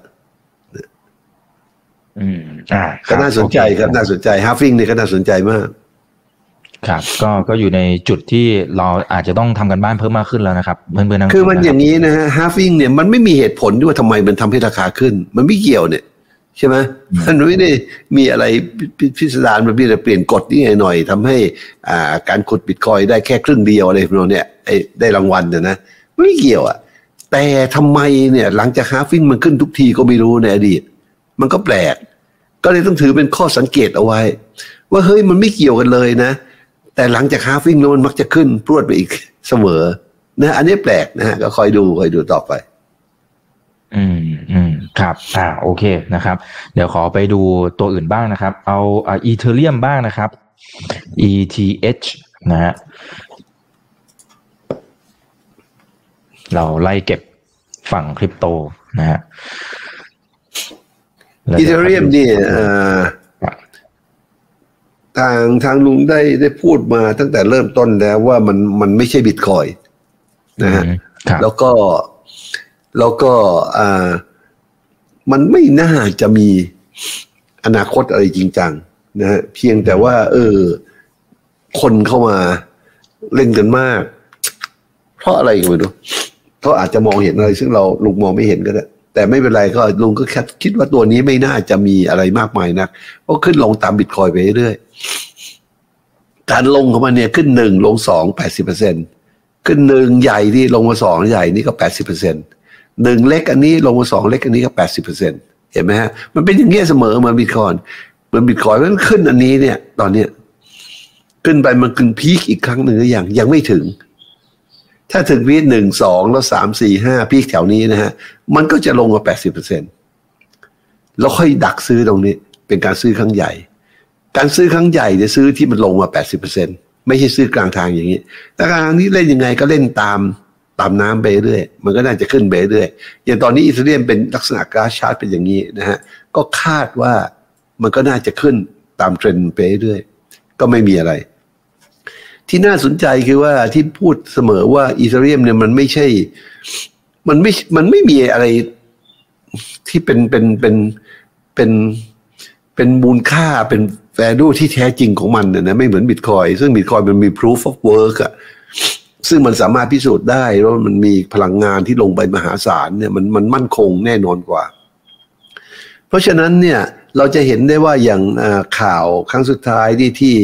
ก็น่าสนใจครับน่าสนใจ halving เนี่ยก็น่าสนใจมากครับก็อยู่ในจุดที่เราอาจจะต้องทำกันบ้านเพิ่มมากขึ้นแล้วนะครับเพื่อนๆคือมันอย่างนี้นะฮะ halving เนี่ยมันไม่มีเหตุผลด้วยว่าทำไมมันทำให้ราคาขึ้นมันไม่เกี่ยวเนี่ยใช่ไหมมันไม่ได้มีอะไรพิสดารมันมีแต่เปลี่ยนกฎนี่หน่อยทำให้การขุดบิตคอยได้แค่ครึ่งเดียวอะไรพวกนี้ได้รางวัลนะไม่เกี่ยวแต่ทำไมเนี่ยหลังจาก halving มันขึ้นทุกทีก็ไม่รู้ในอดีตมันก็แปลกก็เลยต้องถือเป็นข้อสังเกตเอาไว้ว่าเฮ้ยมันไม่เกี่ยวกันเลยนะแต่หลังจากhalvingมันมักจะขึ้นพรวดไปอีกเสมอนะอันนี้แปลกนะฮะก็คอยดูต่อไปครับโอเคนะครับเดี๋ยวขอไปดูตัวอื่นบ้างนะครับเอาอีเธเรียมบ้างนะครับ ETH นะฮะเราไล่เก็บฝั่งคริปโตนะฮะอีเธเรียมเนี่ยทางลุงได้พูดมาตั้งแต่เริ่มต้นแล้วว่ามันไม่ใช่บิตคอยน์นะฮะแล้วก็มันไม่น่าจะมีอนาคตอะไรจริงจังนะฮะเพียงแต่ว่าคนเข้ามาเล่นกันมากเพราะอะไรก็ไม่รู้เขาอาจจะมองเห็นอะไรซึ่งลุงมองไม่เห็นก็ได้แต่ไม่เป็นไรก็ลุงก็แค่คิดว่าตัวนี้ไม่น่าจะมีอะไรมากมายนักเพราะขึ้นลงตามบิตคอยน์ไปเรื่อยการลงของมันเนี่ยขึ้น1ลง2 80%ขึ้น1ใหญ่ที่ลงมา2ใหญ่นี่ก็ 80%1เล็กอันนี้ลงมา2เล็กอันนี้ก็ 80% เห็นไหมฮะมันเป็นอย่างเงี้ยเสมอเหมือนบิตคอยน์มันขึ้นอันนี้เนี่ยตอนเนี้ยขึ้นไปมันขึ้นพีคอีกครั้งหนึ่งหรือยังไม่ถึงถ้าถึงพีค1 2แล้ว3 4 5พีคแถวนี้นะฮะมันก็จะลงมา 80% แล้วค่อยดักซื้อตรงนี้เป็นการซื้อครั้งใหญ่การซื้อครั้งใหญ่จะซื้อที่มันลงมา 80% ไม่ใช่ซื้อกลางทางอย่างนี้แต่กลางทางนี้เล่นยังไงก็เล่นตามน้ำไปเรื่อยมันก็น่าจะขึ้นไปเรื่อยอย่างตอนนี้อีเธเรียมเป็นลักษณะกราฟชาร์ตเป็นอย่างนี้นะฮะก็คาดว่ามันก็น่าจะขึ้นตามเทรนด์ไปเรื่อยก็ไม่มีอะไรที่น่าสนใจคือว่าที่พูดเสมอว่าอีเธเรียมเนี่ยมันไม่มีอะไรที่เป็นมูลค่าเป็น value ที่แท้จริงของมันนะไม่เหมือนบิตคอยซึ่งบิตคอยมันมี proof of work ซึ่งมันสามารถพิสูจน์ได้ว่ามันมีพลังงานที่ลงไปมหาศาลเนี่ยมันมั่นคงแน่นอนกว่าเพราะฉะนั้นเนี่ยเราจะเห็นได้ว่าอย่างข่าวครั้งสุดท้ายที่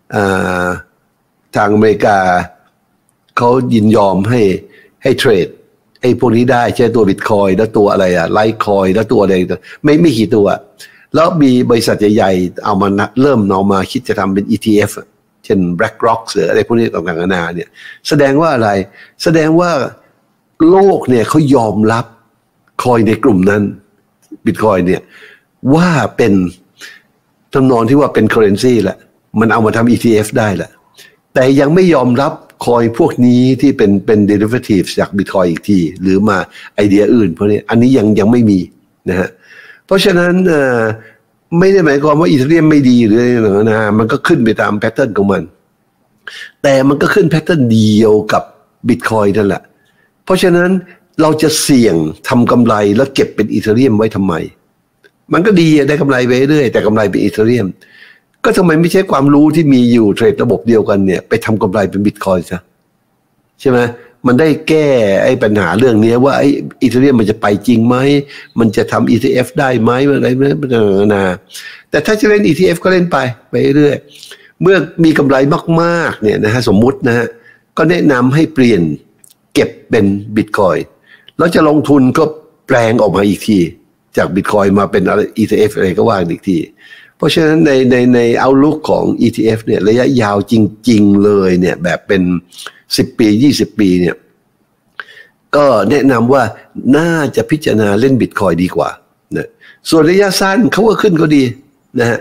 ทางอเมริกาเขายินยอมให้เทรดไอ้พวกนี้ได้ใช้ตัวบิตคอยแล้วตัวอะไรไลท์คอยแล้วตัวอะไรไม่กี่ตัวแล้วมีบริษัทใหญ่ๆเอามาคิดจะทำเป็น ETF เช่น BlackRock หรืออะไรพวกนี้ต่างๆนานาเนี่ยแสดงว่าอะไรแสดงว่าโลกเนี่ยเขายอมรับคอยในกลุ่มนั้นบิตคอยเนี่ยว่าเป็นจำนวนที่ว่าเป็น currency แหละมันเอามาทำ ETF ได้แหละแต่ยังไม่ยอมรับคอยพวกนี้ที่เป็น derivative จากบิตคอยอีกทีหรือมาไอเดียอื่นพวกนี้อันนี้ยังไม่มีนะฮะเพราะฉะนั้นไม่ได้หมายความว่าอีเธเรียมไม่ดีหรืออะไรนะมันก็ขึ้นไปตามแพทเทิร์นของมันแต่มันก็ขึ้นแพทเทิร์นเดียวกับบิตคอยนั่นแหละเพราะฉะนั้นเราจะเสี่ยงทำกำไรแล้วเก็บเป็นอีเธเรียมไว้ทำไมมันก็ดีได้กำไรไปเรื่อยแต่กำไรเป็นอีเธเรียมก็ทำไมไม่ใช่ความรู้ที่มีอยู่เทรดระบบเดียวกันเนี่ยไปทำกำไรเป็นบิตคอยซะใช่ไหมมันได้แก้ไอ้ปัญหาเรื่องนี้ว่าไอ้อีเธเรียมมันจะไปจริงไหมมันจะทำ ETF ได้ไหมอะไรนาแต่ถ้าจะเล่น ETF ก็เล่นไปเรื่อยเมื่อมีกำไรมากๆเนี่ยนะฮะสมมุตินะฮะก็แนะนำให้เปลี่ยนเก็บเป็นบิตคอยแล้วจะลงทุนก็แปลงออกมาอีกทีจากบิตคอยมาเป็นอะไร ETF อะไรก็ว่าอีกทีเพราะฉะนั้นในoutlookของ ETF เนี่ยระยะยาวจริงๆเลยเนี่ยแบบเป็น10 ปี 20 ปีเนี่ยก็แนะนำว่าน่าจะพิจารณาเล่นบิตคอยดีกว่านะส่วนระยะสั้นเขาก็ขึ้นก็ดีนะฮะ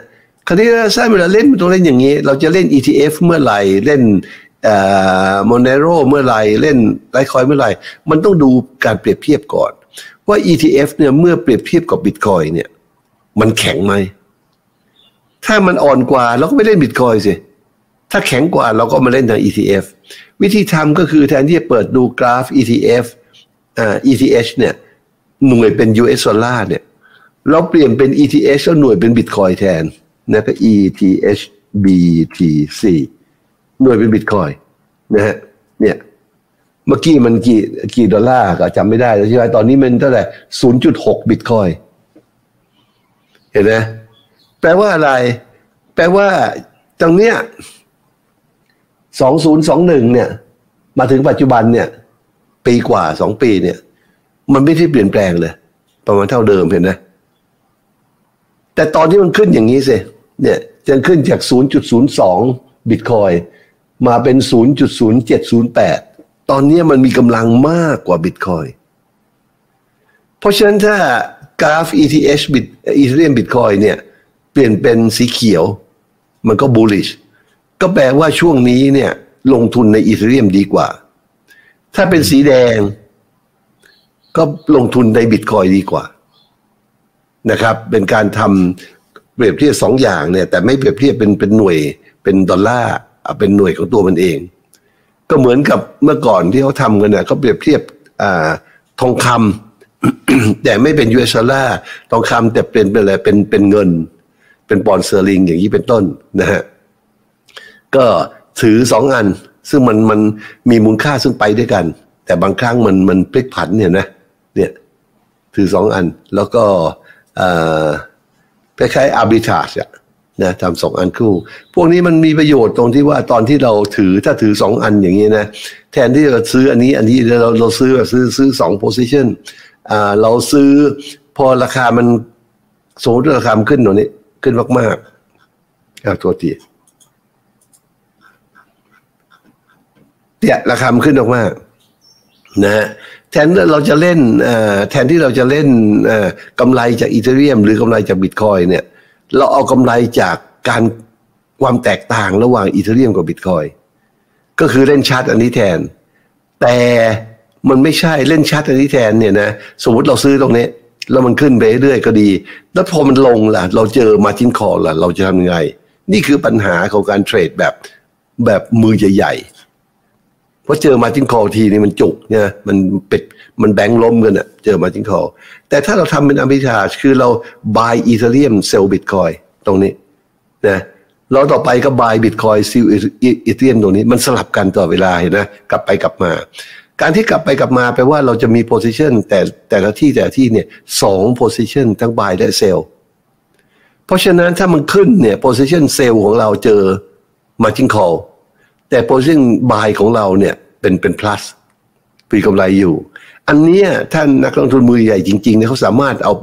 คราวนี้ถ้าเวลาเล่นมันต้องเล่นอย่างนี้เราจะเล่น ETF เมื่อไหร่เล่นMonero เมื่อไหร่เล่นไลท์คอยน์เมื่อไหร่มันต้องดูการเปรียบเทียบก่อนว่า ETF เนี่ยเมื่อเปรียบเทียบกับ Bitcoin เนี่ยมันแข็งไหมถ้ามันอ่อนกว่าเราก็ไม่เล่น Bitcoin สิถ้าแข็งกว่าเราก็มาเล่นทาง ETF วิธีทำก็คือแทนที่จะเปิดดูกราฟ ETF ETH เนี่ยหน่วยเป็น US ดอลลาร์เนี่ยเราเปลี่ยนเป็น ETH แล้วหน่วยเป็น Bitcoin แทนนะก็ ETH BTC หน่วยเป็น Bitcoin นะฮะเนี่ยเมื่อกี้มันกี่ดอลลาร์ก็จำไม่ได้แล้วใช่ไหมตอนนี้มันเท่าไหร่ 0.6 Bitcoin เห็นไหมแปลว่าอะไรแปลว่าตรงเนี้ย2021เนี่ยมาถึงปัจจุบันเนี่ยปีกว่า2ปีเนี่ยมันไม่ได้เปลี่ยนแปลงเลยประมาณเท่าเดิมเห็นไหมแต่ตอนที่มันขึ้นอย่างนี้สิเนี่ยจะขึ้นจาก 0.02 Bitcoin มาเป็น 0.0708 ตอนนี้มันมีกำลังมากกว่า Bitcoin เพราะฉะนั้นถ้ากราฟ Ethereum Bitcoin เนี่ยเปลี่ยนเป็นสีเขียวมันก็ bullish ก็แปลว่าช่วงนี้เนี่ยลงทุนใน Ethereum ดีกว่าถ้าเป็นสีแดงก็ลงทุนใน Bitcoin ดีกว่านะครับเป็นการทำเปรียบเทียบ2อย่างเนี่ยแต่ไม่เปรียบเทียบเป็นหน่วยเป็นดอลลาร์เป็นหน่วยของตัวมันเองก็เหมือนกับเมื่อก่อนที่เขาทำกันเนี่ยเขาเปรียบเทียบทองคำ แต่ไม่เป็น US ดอลลาร์ทองคำแต่เป็นอะไรเป็นเงินเป็นปอนด์สเตอร์ลิงอย่างนี้เป็นต้นนะฮะก็ถือ2อันซึ่งมันมีมูลค่าซึ่งไปด้วยกันแต่บางครั้งมันพลิกผันเนี่ยนะเนี่ยถือ2อันแล้วก็คล้ายๆ arbitrage อะนะทำ2อันคู่พวกนี้มันมีประโยชน์ตรงที่ว่าตอนที่เราถ้าถือ2อันอย่างนี้นะแทนที่เราซื้ออันนี้เราซื้อ2 position เราซื้อพอราคามันสมมติราคามันขึ้นตรงนี้ขึ้นมากๆตัวทีเนี่ยราคามันขึ้นมากๆนะฮะแทนที่เราจะเล่นกำไรจากอีเธเรียมหรือกำไรจากบิตคอยเนี่ยเราเอากำไรจากความแตกต่างระหว่างอีเธเรียมกับบิตคอยก็คือเล่นชาร์ตอันนี้แทนแต่มันไม่ใช่เล่นชาร์ตอันนี้แทนเนี่ยนะสมมติเราซื้อตรงนี้แล้วมันขึ้นไปเรื่อยๆก็ดีแล้วพอมันลงล่ะเราเจอมาร์จิ้นคอลล่ะเราจะทำยังไงนี่คือปัญหาของการเทรดแบบมือใหญ่ๆเพราะเจอมาร์จิ้นคอลทีนี่มันจุกเนี่ยมันแบงค์ล้มกันอ่ะเจอมาร์จิ้นคอลแต่ถ้าเราทำเป็นarbitrageคือเรา buy Ethereum sell Bitcoin ตรงนี้นะแล้วต่อไปก็ buy Bitcoin sell Ethereum ตรงนี้มันสลับกันต่อเวลาเห็นนะกลับไปกลับมาการที่กลับไปกลับมาแปลว่าเราจะมี position แต่ละที่เนี่ย2 position ทั้ง buy และ sell เพราะฉะนั้นถ้ามันขึ้นเนี่ย position sell ของเราเจอ margin call แต่ position buy ของเราเนี่ยเป็น plus มีกำไรอยู่อันนี้ท่านนักลงทุนมือใหญ่จริงๆเนี่ยเขาสามารถเอาไป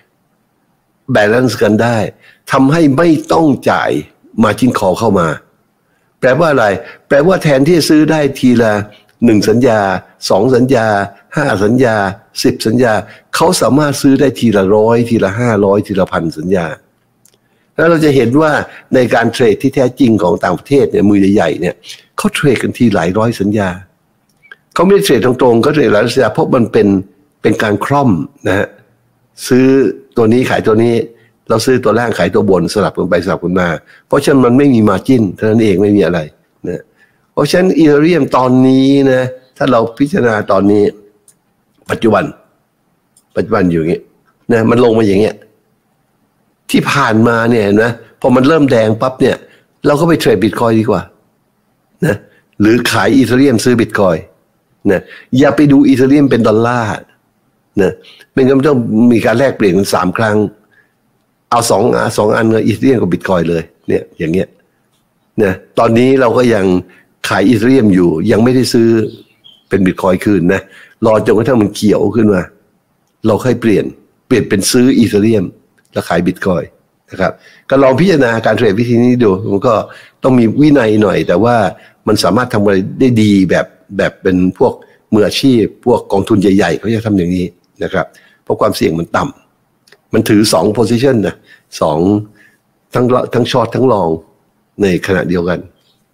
balance กันได้ทำให้ไม่ต้องจ่าย margin call เข้ามาแปลว่าอะไรแปลว่าแทนที่จะซื้อได้ทีละ1สัญญา2สัญญา5สัญญา10สัญญาเขาสามารถซื้อได้ทีละ100ทีละ500ทีละ1,000สัญญาแล้วเราจะเห็นว่าในการเทรดที่แท้จริงของต่างประเทศเนี่ยมือใหญ่ๆเนี่ยเขาเทรดกันทีหลายร้อยสัญญาเขาไม่เทรดตรงๆเขาเทรดหลายสัญญาเพราะมันเป็นการคล่อมนะฮะซื้อตัวนี้ขายตัวนี้เราซื้อตัวล่างขายตัวบนสลับกันไปสลับกันมาเพราะฉะนั้นมันไม่มีมาร์จิ้นเท่านั้นเองไม่มีอะไรนะเพราะฉะนั้นอีเธเรียมตอนนี้นะถ้าเราพิจารณาตอนนี้ปัจจุบันอยู่อย่างนี้นะมันลงมาอย่างเงี้ยที่ผ่านมาเนี่ยนะพอมันเริ่มแดงปั๊บเนี่ยเราก็ไปเทรดบิตคอยดีกว่านะหรือขายอีเธเรียมซื้อบิตคอยนะอย่าไปดูอีเธเรียมเป็นดอลลาร์นะเป็นก็ต้องมีการแลกเปลี่ยนกัน3 ครั้งเอา2อันเลยอีเธเรียมกับบิตคอยเลยเนี่ยอย่างเงี้ยนะตอนนี้เราก็ยังขายอีเธเรียมอยู่ยังไม่ได้ซื้อเป็นบิตคอยคืนนะรอจนกระทั่งมันเขียวขึ้นมาเราค่อยเปลี่ยนเป็นซื้ออีเธเรียมแล้วขายบิตคอยนะครับก็ลองพิจารณาการเทรดวิธีนี้ดูมันก็ต้องมีวินัยหน่อยแต่ว่ามันสามารถทำอะไรได้ดีแบบเป็นพวกมืออาชีพพวกกองทุนใหญ่ๆเขาจะทำอย่างนี้นะครับเพราะความเสี่ยงมันต่ำมันถือ2 position นะ2 ทั้งช็อตทั้งลองในขณะเดียวกัน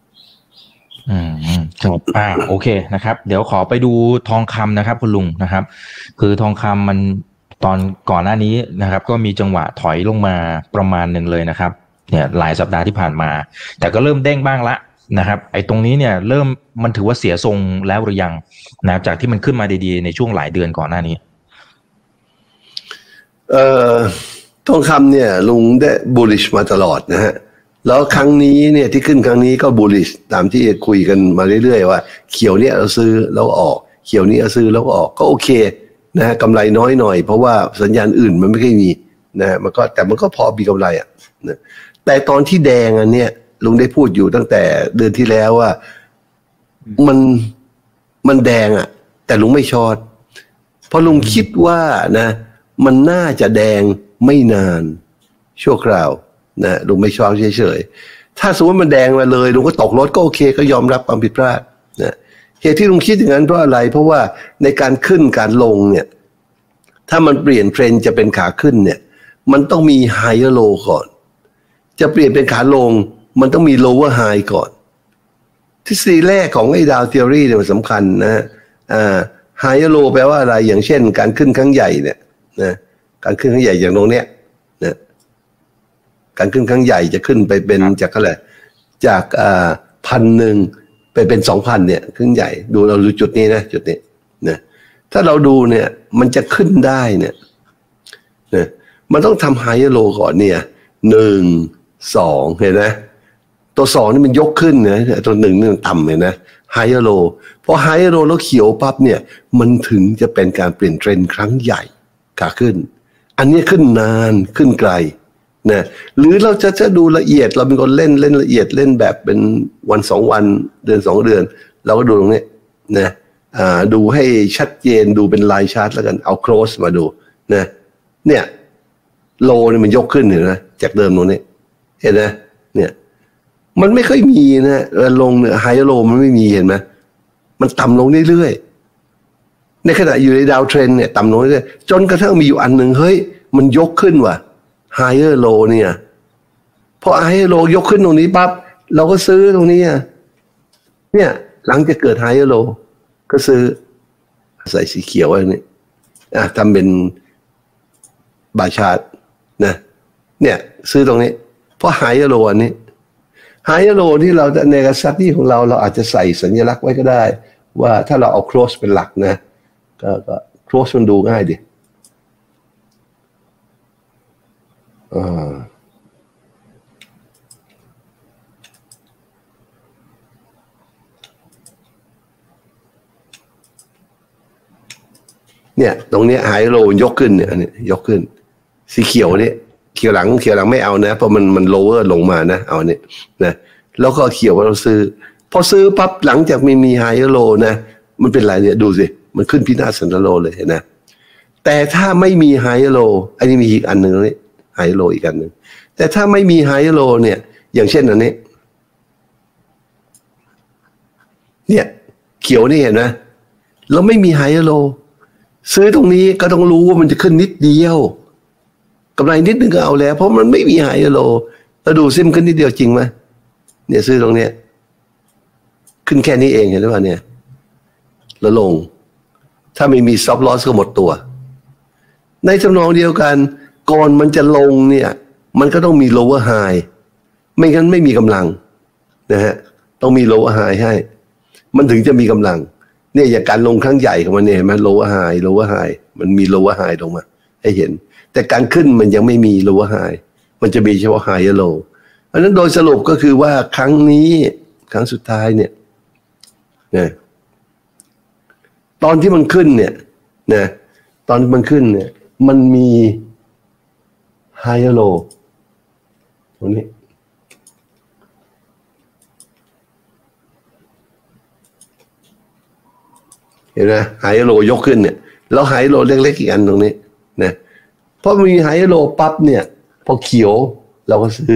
ครับโอเคนะครับเดี๋ยวขอไปดูทองคำนะครับคุณลุงนะครับคือทองคำมันตอนก่อนหน้านี้นะครับก็มีจังหวะถอยลงมาประมาณหนึ่งเลยนะครับเนี่ยหลายสัปดาห์ที่ผ่านมาแต่ก็เริ่มเด้งบ้างละนะครับไอ้ตรงนี้เนี่ยเริ่มมันถือว่าเสียทรงแล้วหรือยังนะครับจากที่มันขึ้นมาดีๆในช่วงหลายเดือนก่อนหน้านี้ทองคำเนี่ยลุงได้ bullish มาตลอดนะฮะแล้วครั้งนี้เนี่ยที่ขึ้นครั้งนี้ก็ bullish ตามที่คุยกันมาเรื่อยๆว่าเขียวเนี่ยเราซื้อแล้วออกเขียวนี้เราซื้อแล้วออกก็โอเคนะฮะกำไรน้อยหน่อยเพราะว่าสัญญาณอื่นมันไม่ค่อยมีนะมันก็พอมีกำไรอ่ะนะแต่ตอนที่แดงอันเนี้ยลุงได้พูดอยู่ตั้งแต่เดือนที่แล้วว่ามันแดงอ่ะแต่ลุงไม่ช็อตเพราะลุงคิดว่านะมันน่าจะแดงไม่นานชั่วคราวนะลุงไม่ช็อตเฉยๆถ้าสมมติมันแดงมาเลยลุงก็ตกรถก็โอเคก็ยอมรับความผิดพลาดนะเหตุที่ลุงคิดอย่างนั้นเพราะอะไรเพราะว่าในการขึ้นการลงเนี่ยถ้ามันเปลี่ยนเทรนด์จะเป็นขาขึ้นเนี่ยมันต้องมี higher low ก่อนจะเปลี่ยนเป็นขาลงมันต้องมี lower high ก่อนทฤษฎีแรกของไอ้ดาวเทอรี่เนี่ยมันสำคัญนะhigher low แปลว่าอะไรอย่างเช่นการขึ้นครั้งใหญ่เนี่ยนะการขึ้นครั้งใหญ่อย่างตรงเนี้ยนะการขึ้นครั้งใหญ่จะขึ้นไปเป็นจากเท่าไหร่จาก1,000ไปเป็น 2,000 เนี่ยขึ้นใหญ่ดูเราดูจุดนี้นะจุดนี้นะถ้าเราดูเนี่ยมันจะขึ้นได้เนี่ยนะมันต้องทำ higher low ก่อนเนี่ย1 2เห็นไหมตัว2นี่มันยกขึ้นนะตัว1นี่ต่ำเห็นนะ higher low พอ higher low แล้วเขียวปั๊บเนี่ยมันถึงจะเป็นการเปลี่ยนเทรนด์ครั้งใหญ่ขาขึ้นอันนี้ขึ้นนานขึ้นไกลนะหรือเราจะดูละเอียดเราเป็นคนเล่นละเอียดเล่นแบบเป็นวัน2วันเดือน2เดือนเราก็ดูตรงนี้นะดูให้ชัดเจนดูเป็นลายชาร์ตแล้วกันเอา close มาดูนะเนี่ยโลเนี่ยมันยกขึ้นเห็นไหมจากเดิมตรงนี้เห็นไหมเนี่ยมันไม่ค่อยมีนะลงเนี่ยไฮโลมันไม่มีเห็นไหมมันต่ำลงเรื่อยๆในขณะอยู่ในดาวเทรนเนี่ยต่ำลงเรื่อยๆจนกระทั่งมีอยู่อันหนึ่งเฮ้ยมันยกขึ้นว่ะ higher low เนี่ยพอ higher low ยกขึ้นตรงนี้ปั๊บเราก็ซื้อตรงนี้เนี่ยหลังจะเกิด higher low ก็ซื้อใส่สีเขียวไว้นี่ทำเป็นบาร์ชาร์ตนะเนี่ยซื้อตรงนี้เพราะ higher low อันนี้ higher low ที่เราในกระสับที่ของเราอาจจะใส่สัญลักษณ์ไว้ก็ได้ว่าถ้าเราเอา close เป็นหลักนะก็ close มันดูง่ายดิเนี่ยตรงนี้ไฮโลยกขึ้นเนี่ยอันนี้ยกขึ้นสีเขียวนี่เขียวหลังไม่เอานะเพราะมันโลเวอร์ลงมานะเอาเนี่ยนะแล้วก็เขียวว่าเราซื้อพอซื้อปั๊บหลังจากมีไฮโลนะมันเป็นไรเนี่ยดูสิมันขึ้นพินาศสันตโลเลยนะแต่ถ้าไม่มีไฮโลอันนี้มีอีกอันหนึ่งนี่ไฮโลอีกอันหนึ่งแต่ถ้าไม่มีไฮโลเนี่ยอย่างเช่นอันนี้เนี่ยเขียวนี่เห็นไหมเราไม่มีไฮโลซื้อตรงนี้ก็ต้องรู้ว่ามันจะขึ้นนิดเดียวกำไรนิดนึงก็เอาแล้วเพราะมันไม่มีไฮโลแล้วดูซิมขึ้นนิดเดียวจริงไหมเนี่ยซื้อตรงเนี้ยขึ้นแค่นี้เองเห็นไหมเนี่ยแล้วลงถ้าไม่มีซ็อปลอสก็หมดตัวในทำนองเดียวกันก่อนมันจะลงเนี่ยมันก็ต้องมี lower high ไม่งั้นไม่มีกำลังนะฮะต้องมี lower high ให้มันถึงจะมีกำลังเนี่ยอย่างการลงครั้งใหญ่ของมันเนี่ยเห็นไหม lower high มันมี lower high ลงมาให้เห็นแต่การขึ้นมันยังไม่มี lower high มันจะมีเฉพาะ higher low เพราะฉะนั้นโดยสรุปก็คือว่าครั้งนี้ครั้งสุดท้ายเนี่ยนะตอนที่มันขึ้นเนี่ยนะตอนที่มันขึ้นเนี่ยมันมี higher low ตรงนี้เห็นไหมไฮโลยกขึ้นเนี่ยแล้วไฮโลเล็กๆอีกอันตรงนี้นะเพราะมีไฮโลปั๊บเนี่ยพอเขียวเราก็ซื้อ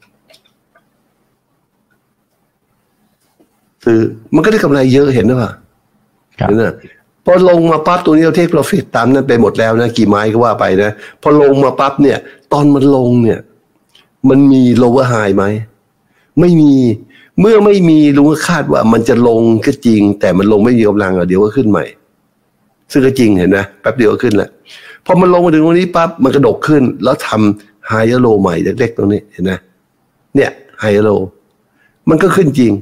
มันก็ได้กำไรเยอะเห็นไหมเห็นไหมพอลงมาปั๊บตัวนี้เราเทคโปรฟิตตามนั้นไปหมดแล้วนะกี่ไม้ก็ว่าไปนะพอลงมาปั๊บเนี่ยตอนมันลงเนี่ยมันมี lower high ไหมไม่มีเมื่อไม่มีลุงก็คาดว่ามันจะลงก็จริงแต่มันลงไม่มีกำลังเดี๋ยวก็ขึ้นใหม่ซึ่งก็จริงเห็นนะแป๊บเดียวก็ขึ้นแล้วพอมันลงมาถึงตรงนี้ปั๊บมันกระดกขึ้นแล้วทำ higher low ใหม่เล็กๆตรงนี้เห็นนะเนี่ย higher low มันก็ขึ้นจริง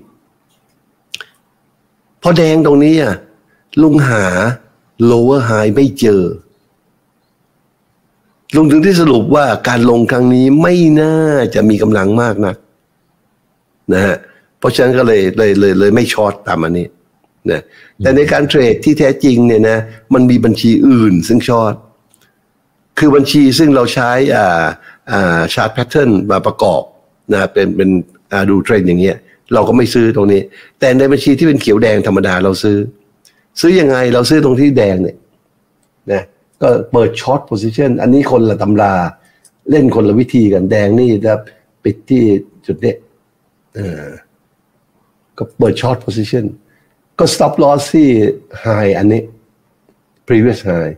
พอแดงตรงนี้ลุงหา lower high ไม่เจอลุงถึงที่สรุปว่าการลงครั้งนี้ไม่น่าจะมีกำลังมากนักนะฮะเพราะฉะนั้นก็เลยไม่ช็อตตามอันนี้นะแต่ในการเทรดที่แท้จริงเนี่ยนะมันมีบัญชีอื่นซึ่งช็อตคือบัญชีซึ่งเราใช้ชาร์ตแพทเทิร์นมาประกอบนะเป็นดูเทรนด์อย่างเงี้ยเราก็ไม่ซื้อตรงนี้แต่ในบัญชีที่เป็นเขียวแดงธรรมดาเราซื้อยังไงเราซื้อตรงที่แดงเนี่ยนะก็เปิดช็อตโพซิชันอันนี้คนละตำราเล่นคนละวิธีกันแดงนี่จะปิดที่จุดนี้ก็เปิดช็อตโพซิชันก็ stop loss ที่ high อันนี้ previous high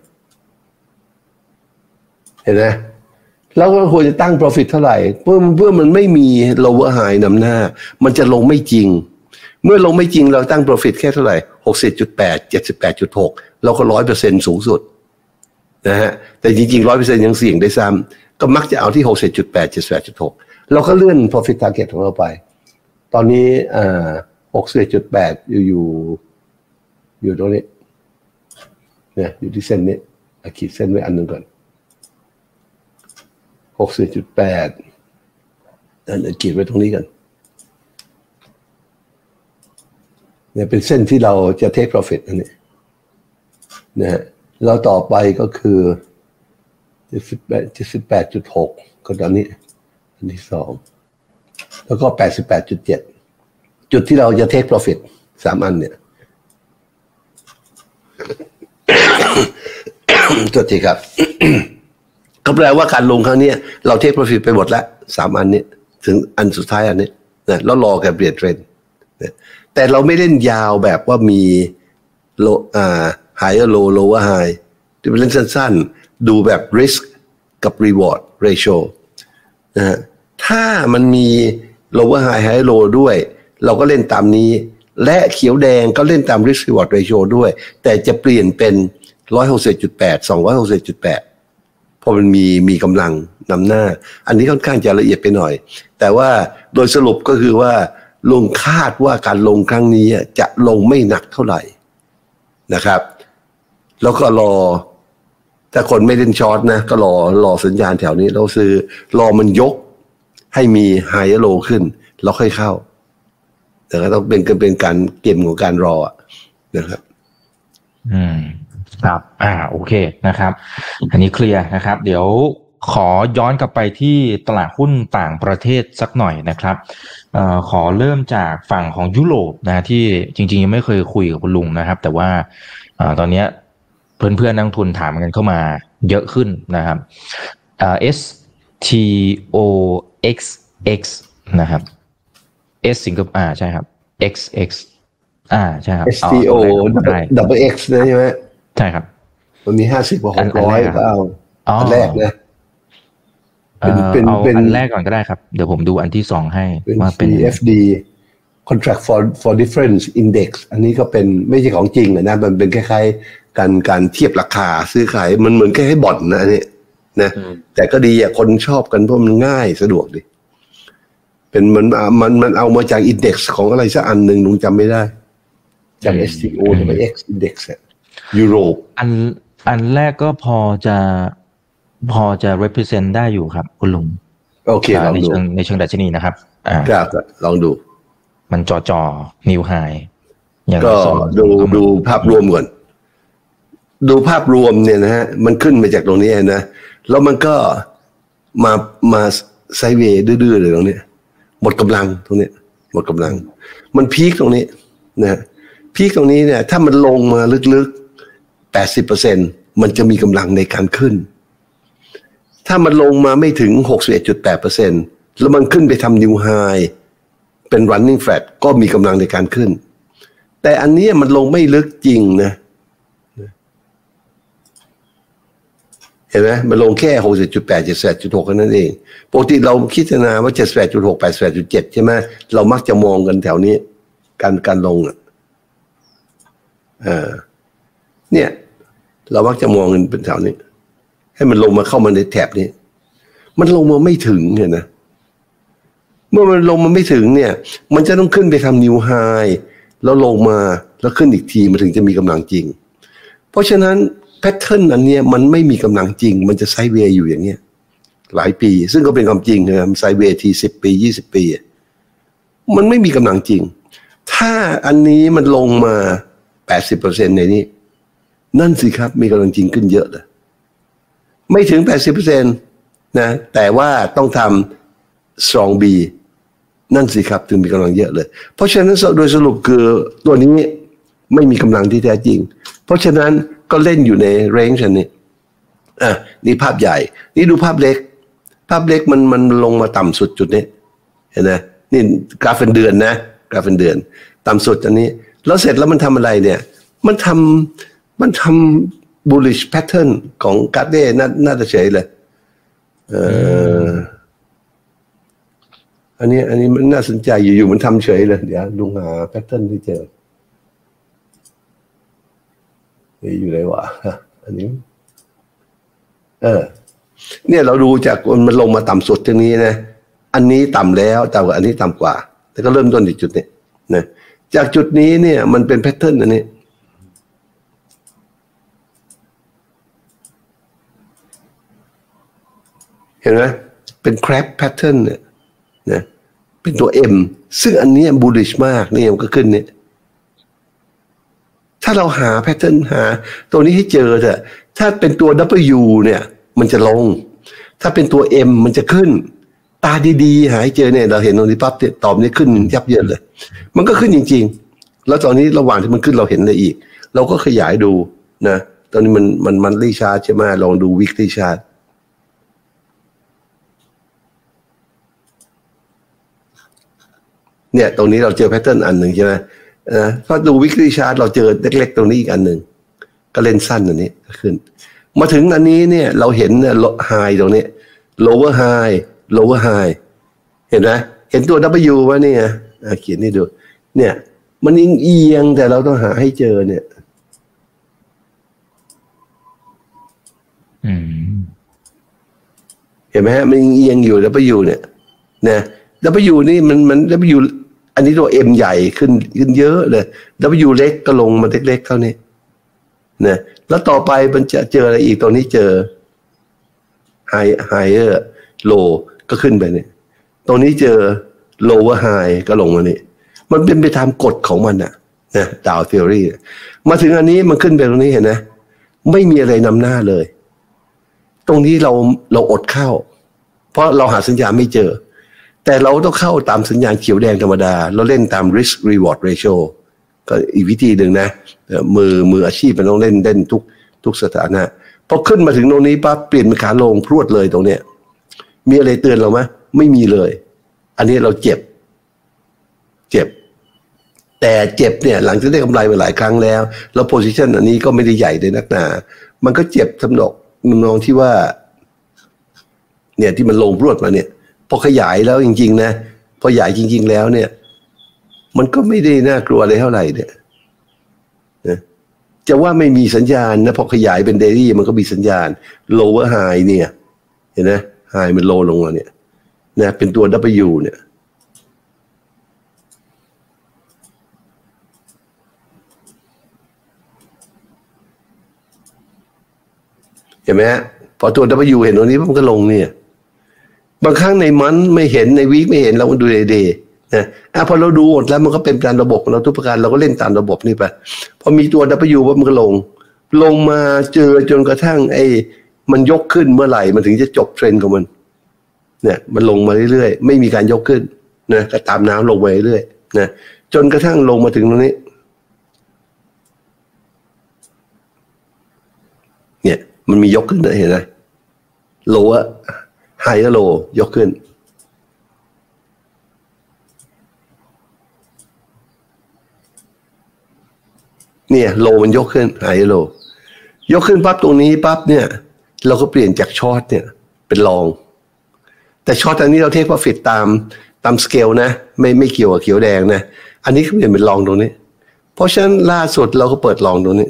เห็นไหมแล้วก็ควรจะตั้ง profit เท่าไหร่เพื่อมันไม่มี lower high นำหน้ามันจะลงไม่จริงเมื่อลงไม่จริงเราตั้ง profit แค่เท่าไหร่ 60.8 78.6 เราก็ 100% สูงสุดนะฮะแต่จริงๆ 100% ยังเสี่ยงได้ซ้ำก็มักจะเอาที่ 60.8 78.6 เราก็เลื่อน profit target ของเราไปตอนนี้61.8 อยู่ตรงนี้เนี่ยอยู่ที่เส้นนี้ขีดเส้นไว้อันนึงก่อน61.8 อันขีดไว้ตรงนี้กันเนี่ยเป็นเส้นที่เราจะ take profit อันนี้นะฮะแล้วต่อไปก็คือ 78.6 ก็ตอนนี้อันที่2แล้วก็ 88.7 จุดที่เราจะ take profit 3 อันเนี่ยตัวทีครับ ก็แปลว่าการลงครั้งนี้เรา take profit ไปหมดแล้ว3 อันนี้ถึงอันสุดท้ายอันนี้นะแล้วรอการเปลี่ยนเทรนด์แต่เราไม่เล่นยาวแบบว่ามีhigher low lower high ที่เป็นเล่นสั้นๆดูแบบ risk กับ reward ratio นะฮะถ้ามันมี lower high higher low ด้วยเราก็เล่นตามนี้และเขียวแดงก็เล่นตาม risk reward ratio ด้วยแต่จะเปลี่ยนเป็น 160.8 260.8 เพราะมันมีกำลังนำหน้าอันนี้ค่อนข้างจะละเอียดไปหน่อยแต่ว่าโดยสรุปก็คือว่าลงคาดว่าการลงครั้งนี้จะลงไม่หนักเท่าไหร่นะครับแล้วก็รอถ้าคนไม่เล่นช็อตนะก็รอสัญญาณแถวนี้เราซื้อรอมันยกให้มีไฮโลขึ้นแล้วค่อยเข้าแต่ก็ต้องเป็นการเกมของการรอนะครับครับโอเคนะครับอันนี้เคลียร์นะครับเดี๋ยวขอย้อนกลับไปที่ตลาดหุ้นต่างประเทศสักหน่อยนะครับขอเริ่มจากฝั่งของยุโรปนะที่จริงๆยังไม่เคยคุยกับคุณลุงนะครับแต่ว่าตอนนี้เพื่อนๆนักทุนถามกันเข้ามาเยอะขึ้นนะครับSTOXX นะครับ S สิงคโปร์ใช่ครับ XX ใช่ครับ STO double X นะใช่ไหมใช่ครับมันมี50 กว่า 600ก็เอาอันแรกนะเป็นอันแรกก่อนก็ได้ครับเดี๋ยวผมดูอันที่2ให้ว่าเป็น CFD contract for difference index อันนี้ก็เป็นไม่ใช่ของจริงนะมันเป็นคล้ายๆการเทียบราคาซื้อขายมันเหมือนแค่ให้บ่อนนะอันนี้นะแต่ก็ดีคนชอบกันเพราะมันง่ายสะดวกดีเป็นมันเอามาจาก index ของอะไรสักอันหนึ่งลุงจำไม่ได้จาก STO หรือ X index ยุโรปอันแรกก็พอจะ represent ได้อยู่ครับคุณลุงโอเคลองดูในเชิงดัชนีนะครับครับลองดูมันจอ new high ก็ดูภาพรวมก่อนดูภาพรวมเนี่ยนะฮะมันขึ้นมาจากตรงนี้นะแล้วมันก็มาไซด์เวย์ดื้อๆเลยตรงนี้หมดกำลังตรงนี้หมดกำลังมันพีคตรงนี้นะพีคตรงนี้เนี่ยถ้ามันลงมาลึกๆ 80% มันจะมีกำลังในการขึ้นถ้ามันลงมาไม่ถึง 61.8% แล้วมันขึ้นไปทำ new high เป็น running flat ก็มีกำลังในการขึ้นแต่อันนี้มันลงไม่ลึกจริงนะเห็นไหมมันลงแค่60.8 78.6แค่นั้นเองปกติเราคิดนาว่า78.6 88.7ใช่ไหมเรามักจะมองกันแถวนี้การลงเนี่ยเรามักจะมองกันเป็นแถวนี้ให้มันลงมาเข้ามาในแถบนี้มันลงมาไม่ถึงเห็นนะเมื่อมันลงมาไม่ถึงเนี่ยมันจะต้องขึ้นไปทำนิวไฮแล้วลงมาแล้วขึ้นอีกทีมันถึงจะมีกำลังจริงเพราะฉะนั้นแพทเทิร์นอันนี้มันไม่มีกำลังจริงมันจะไซด์เวย์อยู่อย่างเงี้ยหลายปีซึ่งก็เป็นความจริงนะไซด์เวย์ที10 ปี20 ปีมันไม่มีกำลังจริงถ้าอันนี้มันลงมา 80% ในนี้นั่นสิครับมีกำลังจริงขึ้นเยอะเลยไม่ถึง 80% นะแต่ว่าต้องทำ strong B นั่นสิครับถึงมีกำลังเยอะเลยเพราะฉะนั้นโดยสรุปคือตัวนี้ไม่มีกำลังที่แท้จริงเพราะฉะนั้นก็เล่นอยู่ในเรนจ์นี้นี่ภาพใหญ่นี่ดูภาพเล็กมันลงมาต่ำสุดจุดนี้เห็นไหมนี่กราฟเป็นเดือนนะกราฟเป็นเดือนต่ำสุดอันนี้แล้วเสร็จแล้วมันทำอะไรเนี่ยมันทำ bullish pattern ของการ์เด้น่าจะเฉยเลยอันนี้มันน่าสนใจอยู่มันทำเฉยเลยเดี๋ยวดูหา pattern ที่เจออยู่ไหนวะอันนี้เนี่ยเราดูจากมันลงมาต่ำสุดตรงนี้นะอันนี้ต่ำแล้วแต่ว่าอันนี้ต่ำกว่าแต่ก็เริ่มต้นที่จุดนี้นะจากจุดนี้เนี่ยมันเป็นแพทเทิร์นอันนี้เห็นไหมเป็นแครปแพทเทิร์นเนี่ยนะเป็นตัว M ซึ่งอันนี้บูลลิชมากนี่มันก็ขึ้นเนี่ยถ้าเราหาแพทเทิร์นหาตัวนี้ให้เจอเถอะถ้าเป็นตัว W เนี่ยมันจะลงถ้าเป็นตัว M มันจะขึ้นตาดีๆหาให้เจอเนี่ยเราเห็นตรงนี้ปั๊บตอบนี้ขึ้นยับเยินเลยมันก็ขึ้นจริงๆแล้วตอนนี้ระหว่างที่มันขึ้นเราเห็นอะไรอีกเราก็ขยายดูนะตอนนี้มันรีชาร์จใช่ไหมลองดูวิกรีชาร์จเนี่ยตรงนี้เราเจอแพทเทิร์นอันหนึ่งใช่ไหมพอดูวิกฤตชาร์ตเราเจอเล็กๆตรงนี้อีกอันหนึ่งก็เล่นสั้นอันนี้ขึ้นมาถึงอันนี้เนี่ยเราเห็นไฮตรงนี้ lower high lower high เห็นไหมเห็นตัว W ว่านี่ไงเขียนให้ดูเนี่ยมันเอียงแต่เราต้องหาให้เจอเนี่ยเห็นไหมฮะมันเอียงอยู่ W เนี่ยนะ W นี่มัน W อันนี้ตัว M ใหญ่ขึ้นเยอะเลย W เล็กก็ลงมาเล็กๆเท่านี้นะแล้วต่อไปมันจะเจออะไรอีกตรงนี้เจอ higher low ก็ขึ้นไปเนี่ยตรงนี้เจอ lower high ก็ลงมานี่มันเป็นไปตามกฎของมันนะดาว theory มาถึงอันนี้มันขึ้นไปตรงนี้เห็นนะไม่มีอะไรนำหน้าเลยตรงนี้เราอดเข้าเพราะเราหาสัญญาณไม่เจอแต่เราต้องเข้าตามสัญญาณเขียวแดงธรรมดาเราเล่นตาม risk reward ratio ก็อีกวิธีหนึ่งนะมืออาชีพมันต้องเล่นทุกสถานะพอขึ้นมาถึงตรงนี้ปั๊บเปลี่ยนเป็นขาลงพรวดเลยตรงเนี้ยมีอะไรเตือนเราไหมไม่มีเลยอันนี้เราเจ็บแต่เจ็บเนี่ยหลังจากได้กำไรมาหลายครั้งแล้วโพซิชันอันนี้ก็ไม่ได้ใหญ่เลยนักหนามันก็เจ็บทำนองที่ว่าเนี่ยที่มันลงพรวดมาเนี่ยพอขยายแล้วจริงๆนะพอขยายจริงๆแล้วเนี่ยมันก็ไม่ได้น่ากลัวอะไรเท่าไหร่เนี่ยนะจะว่าไม่มีสัญญาณนะพอขยายเป็นเดลี่มันก็มีสัญญาณ lower high เนี่ยเห็นไหม high มัน low ลงมาเนี่ยนะเป็นตัว W เนี่ยเห็นไหมฮะพอตัว W เห็นตรงนี้มันก็ลงเนี่ยบางครั้งในมันไม่เห็นในวีคไม่เห็นเราก็ดูเดย์นะพอเราดูหมดแล้วมันก็เป็นการระบบเราทุกประการเราก็เล่นตามระบบนี่ไปพอมีตัว W ว่ามันก็ลงมาเจอจนกระทั่งมันยกขึ้นเมื่อไหร่มันถึงจะจบเทรนด์ของมันเนี่ยมันลงมาเรื่อยๆไม่มีการยกขึ้นนะก็ตามน้ำลงไปเรื่อยๆนะจนกระทั่งลงมาถึงตรงนี้เนี่ยมันมียกขึ้นนะเห็นไหมโลอะไฮกับโลยกขึ้นเนี่ยโลมันยกขึ้นไฮโลยกขึ้นปั๊บตรงนี้ปั๊บเนี่ยเราก็เปลี่ยนจากช็อตเนี่ยเป็นลองแต่ช็อตอันนี้เราเทคโปรฟิตตามสเกลนะไม่เกี่ยวกับเขียวแดงนะอันนี้ก็เปลี่ยนเป็นลองตรงนี้เพราะฉะนั้นล่าสุดเราก็เปิดลองตรงนี้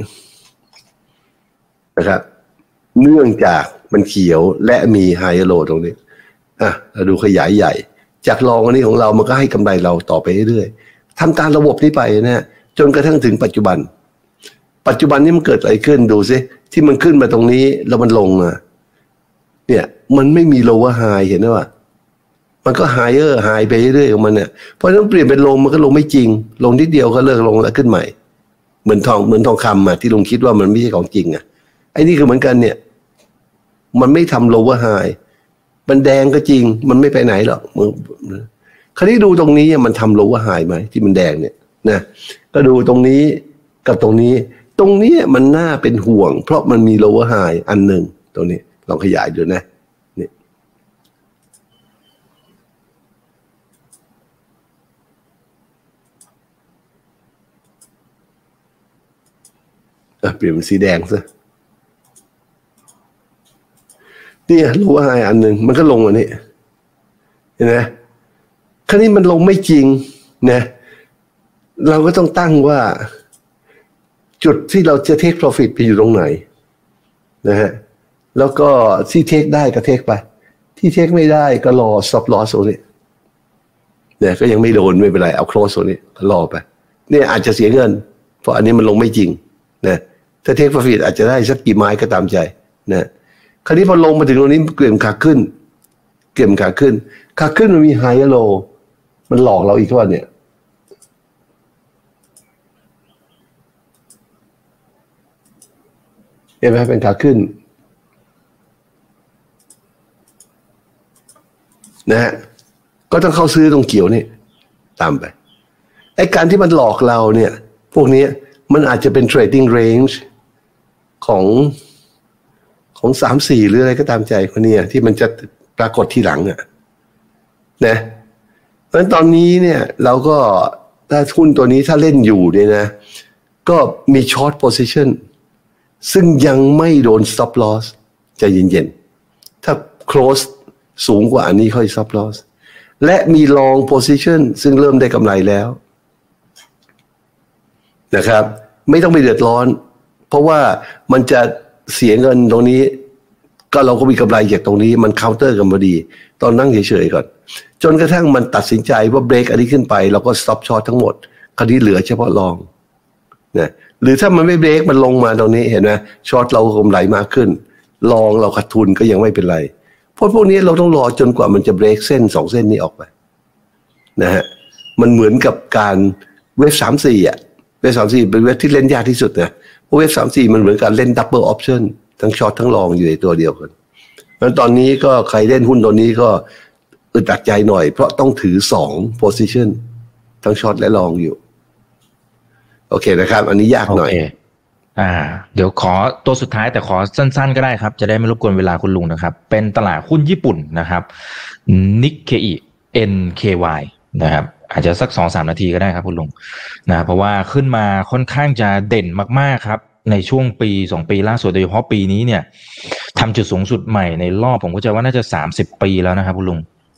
นะครับเนื่องจากมันเขียวและมีไฮโลตรงนี้เราดูขยายใหญ่จากลองอันนี้ของเรามันก็ให้กำไรเราต่อไปเรื่อยๆทำตามระบบนี้ไปนะจนกระทั่งถึงปัจจุบันนี้มันเกิดอะไรขึ้นดูซิที่มันขึ้นมาตรงนี้แล้วมันลงมาเนี่ยมันไม่มี lower high เห็นไหมว่ามันก็ higher high ไปเรื่อยๆของมันเนี่ยเพราะฉะนั้นเปลี่ยนเป็นลงมันก็ลงไม่จริงลงนิดเดียวก็เลิกลงแล้วขึ้นใหม่เหมือนทองคำที่ลุงคิดว่ามันไม่ใช่ของจริงไอ้นี่คือเหมือนกันเนี่ยมันไม่ทำ lower high มันแดงก็จริงมันไม่ไปไหนหรอกคราวนี้ดูตรงนี้มันทำ lower high ไหมที่มันแดงเนี่ยนะก็ดูตรงนี้กับตรงนี้มันน่าเป็นห่วงเพราะมันมี lower high อันหนึ่งตรงนี้ลองขยายดูนะนี่เปลี่ยนเป็นสีแดงซะนี่ lower high อันหนึ่งมันก็ลงอันนี้เห็นไหมคราวนี้มันลงไม่จริงนะเราก็ต้องตั้งว่าจุดที่เราจะเทค profit ไปอยู่ตรงไหนนะฮะแล้วก็ที่เทคได้ก็เทคไปที่เทคไม่ได้ก็รอ stop loss ตรงนี้เนี่ยก็ยังไม่โดนไม่เป็นไรเอา close ตรงนี้ก็รอไปเนี่ยอาจจะเสียเงินเพราะอันนี้มันลงไม่จริงนะถ้าเทค profit อาจจะได้สักกี่ไม้ก็ตามใจนะคราวนี้พอลงมาถึงตรงนี้เกลี่ยมขาขึ้นมันมี high low มันหลอกเราอีกว่าเนี่ยเห็นไหมเป็นขาขึ้นนะฮะก็ต้องเข้าซื้อตรงเขียวนี่ตามไปไอ้การที่มันหลอกเราเนี่ยพวกนี้มันอาจจะเป็น trading range ของ3-4หรืออะไรก็ตามใจคนนี้ที่มันจะปรากฏทีหลังนะเพราะฉะนั้นตอนนี้เนี่ยเราก็ถ้าหุ้นตัวนี้ถ้าเล่นอยู่เนี่ยนะก็มี short positionซึ่งยังไม่โดน stop loss ใจเย็นๆถ้า close สูงกว่าอันนี้ค่อย stop loss และมี long position ซึ่งเริ่มได้กำไรแล้วนะครับไม่ต้องไปเดือดร้อนเพราะว่ามันจะเสียเงินตรงนี้ก็เราก็มีกำไรจากตรงนี้มัน counter กันพอดีตอนนั่งเฉยๆก่อนจนกระทั่งมันตัดสินใจว่า break อันนี้ขึ้นไปเราก็ stop short ทั้งหมดคราวนี้เหลือเฉพาะ long นะหรือถ้ามันไม่เบรกมันลงมาตรงนี้เห็นไหมช็อตเรากำไรมากขึ้นลองเราขาดทุนก็ยังไม่เป็นไรเพราะพวกนี้เราต้องรอจนกว่ามันจะเบรกเส้น2เส้นนี้ออกไปนะฮะมันเหมือนกับการเวฟ3-4เวฟ3-4เป็นเวฟที่เล่นยากที่สุดนะเพราะเวฟ3-4มันเหมือนการเล่นดับเบิลออปชั่นทั้งช็อตทั้งลองอยู่ในตัวเดียวกันงั้นตอนนี้ก็ใครเล่นหุ้นตัวนี้ก็อึดอัดใจหน่อยเพราะต้องถือ2 position ทั้งช็อตและลองอยู่โอเคนะครับอันนี้ยากหน่อยเดี๋ยวขอตัวสุดท้ายแต่ขอสั้นๆก็ได้ครับจะได้ไม่รบกวนเวลาคุณลุงนะครับเป็นตลาดหุ้นญี่ปุ่นนะครับ Nikkei NKY นะครับอาจจะสัก 2-3 นาทีก็ได้ครับคุณลุงนะเพราะว่าขึ้นมาค่อนข้างจะเด่นมากๆครับในช่วงปี2ปีล่าสุดโดยเฉพาะปีนี้เนี่ยทำจุดสูงสุดใหม่ในรอบผมก็จะว่าน่าจะ30 ปีแล้วนะครับคุณลุง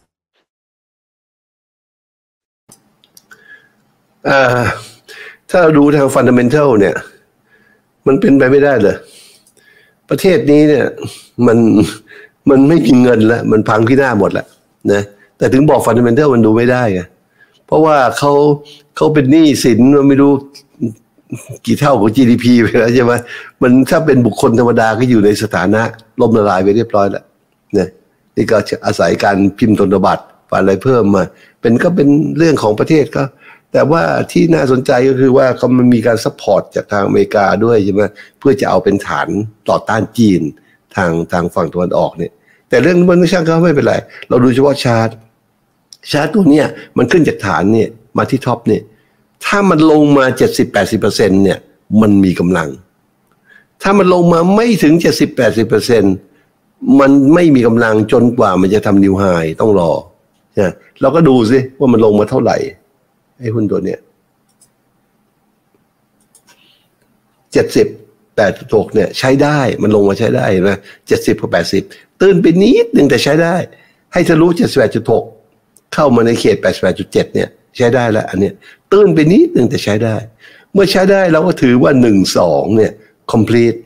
ถ้าเราดูทางฟันดัมเมนทัลเนี่ยมันเป็นไปไม่ได้เลยประเทศนี้เนี่ยมันไม่มีเงินแล้วมันพังพินาศหมดแล้วนะแต่ถึงบอกฟันดัมเมนทัลมันดูไม่ได้ไงเพราะว่าเขาเป็นหนี้สินไม่รู้กี่เท่าของ GDP ไปแล้วใช่ไหมมันถ้าเป็นบุคคลธรรมดาก็อยู่ในสถานะล่มละลายไปเรียบร้อยแล้วนะนี่ก็อาศัยการพิมพ์ธนบัตรอะไรเพิ่มมาก็เป็นเรื่องของประเทศก็แต่ว่าที่น่าสนใจก็คือว่ามันมีการซัพพอร์ตจากทางอเมริกาด้วยใช่ไหมเพื่อจะเอาเป็นฐานต่อต้านจีนทางฝั่งตะวันออกเนี่ยแต่เรื่องมันไม่ช่างก็ไม่เป็นไรเราดูเฉพาะชาร์ตตัวเนี้ยมันขึ้นจากฐานเนี่ยมาที่ท็อปเนี่ยถ้ามันลงมา 70-80% เนี่ยมันมีกำลังถ้ามันลงมาไม่ถึง 70-80% มันไม่มีกำลังจนกว่ามันจะทำนิวไฮต้องรอนะเราก็ดูสิว่ามันลงมาเท่าไหร่ไอ้หุ้นตัวเนี้ย70 8.6เนี่ยใช้ได้มันลงมาใช้ได้เห็นไหม70กับ80ตื้นไปนิดนึงแต่ใช้ได้ให้ทะลุ 78.6 เข้ามาในเขต 88.7 เนี่ยใช้ได้แล้วอันเนี้ยตื้นไปนิดนึงแต่ใช้ได้เมื่อใช้ได้เราก็ถือว่า 1-2 เนี่ย complete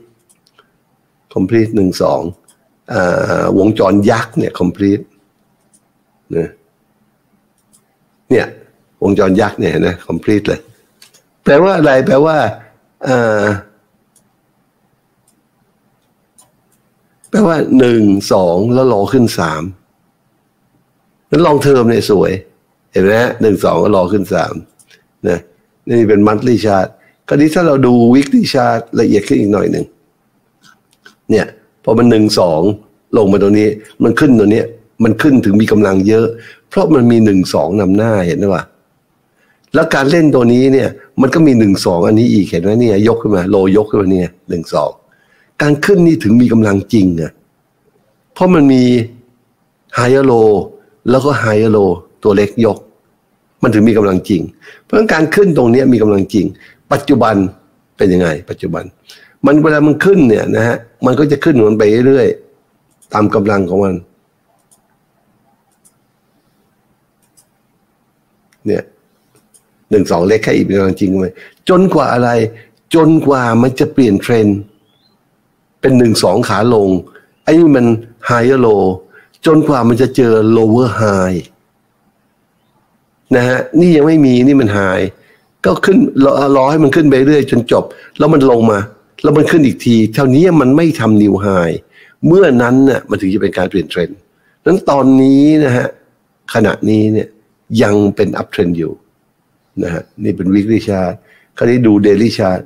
1-2 วงจรยักษ์เนี่ย complete เนี่ยวงจรยักษ์เนี่ยนะ complete เลยแปลว่าอะไรแปลว่า1-2 แล้วรอขึ้น3นั้นลองเทอมเนี่ยสวยเห็นไหมฮะ1-2 ก็รอขึ้น3นะนี่เป็น monthly chart คราวนี้ถ้าเราดู weekly chart ละเอียดขึ้นอีกหน่อยหนึ่งเนี่ยพอมัน 1-2 ลงมาตรงนี้มันขึ้นตัวนี้มันขึ้นถึงมีกำลังเยอะเพราะมันมี 1-2 นำหน้าเห็นไหมวะแล้วการเล่นตัวนี้เนี่ยมันก็มี 1-2 อันนี้อีกเห็นไหมเนี่ยยกขึ้นมาโลยกขึ้นมาเนี่ย 1-2 การขึ้นนี่ถึงมีกำลังจริงอ่ะเพราะมันมี higher low แล้วก็ higher low ตัวเล็กยกมันถึงมีกำลังจริงเพราะฉะนั้นการขึ้นตรงนี้มีกำลังจริงปัจจุบันเป็นยังไงปัจจุบันมันเวลามันขึ้นเนี่ยนะฮะมันก็จะขึ้นมันไปเรื่อยๆตามกำลังของมันเนี่ย1-2 เล็กแค่อีกเป็นกำลังจริงไหมจนกว่าอะไรจนกว่ามันจะเปลี่ยนเทรนด์เป็น 1-2 ขาลงไอ้นี่มัน higher low จนกว่ามันจะเจอ lower high นะฮะนี่ยังไม่มีนี่มัน high ก็ขึ้นรอให้มันขึ้นไปเรื่อยจนจบแล้วมันลงมาแล้วมันขึ้นอีกทีเท่านี้มันไม่ทำ new high เมื่อนั้นน่ะมันถึงจะเป็นการเปลี่ยนเทรนด์นั้นตอนนี้นะฮะขณะนี้เนี่ยยังเป็น up trend อยู่นะฮะนี่เป็น weekly chart คราวนี้ดู daily chart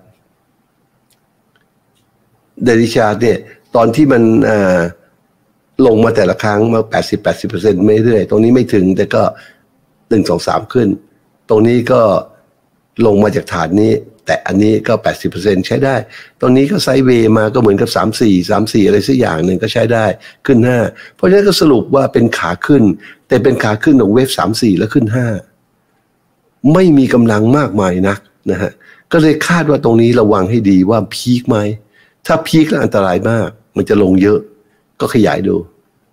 daily chart เนี่ยตอนที่มันลงมาแต่ละครั้งมา 80% ไม่เรื่อยตรงนี้ไม่ถึงแต่ก็1-2-3 ขึ้นตรงนี้ก็ลงมาจากฐานนี้แต่อันนี้ก็ 80% ใช้ได้ตรงนี้ก็ไซด์เวย์มาก็เหมือนกับ34อะไรสักอย่างหนึ่งก็ใช้ได้ขึ้น5เพราะฉะนั้นก็สรุปว่าเป็นขาขึ้นแต่เป็นขาขึ้นของเวฟ34แล้วขึ้น5ไม่มีกำลังมากมายนักนะฮะก็เลยคาดว่าตรงนี้ระวังให้ดีว่าพีคไหมถ้าพีคแล้วอันตรายมากมันจะลงเยอะก็ขยายดู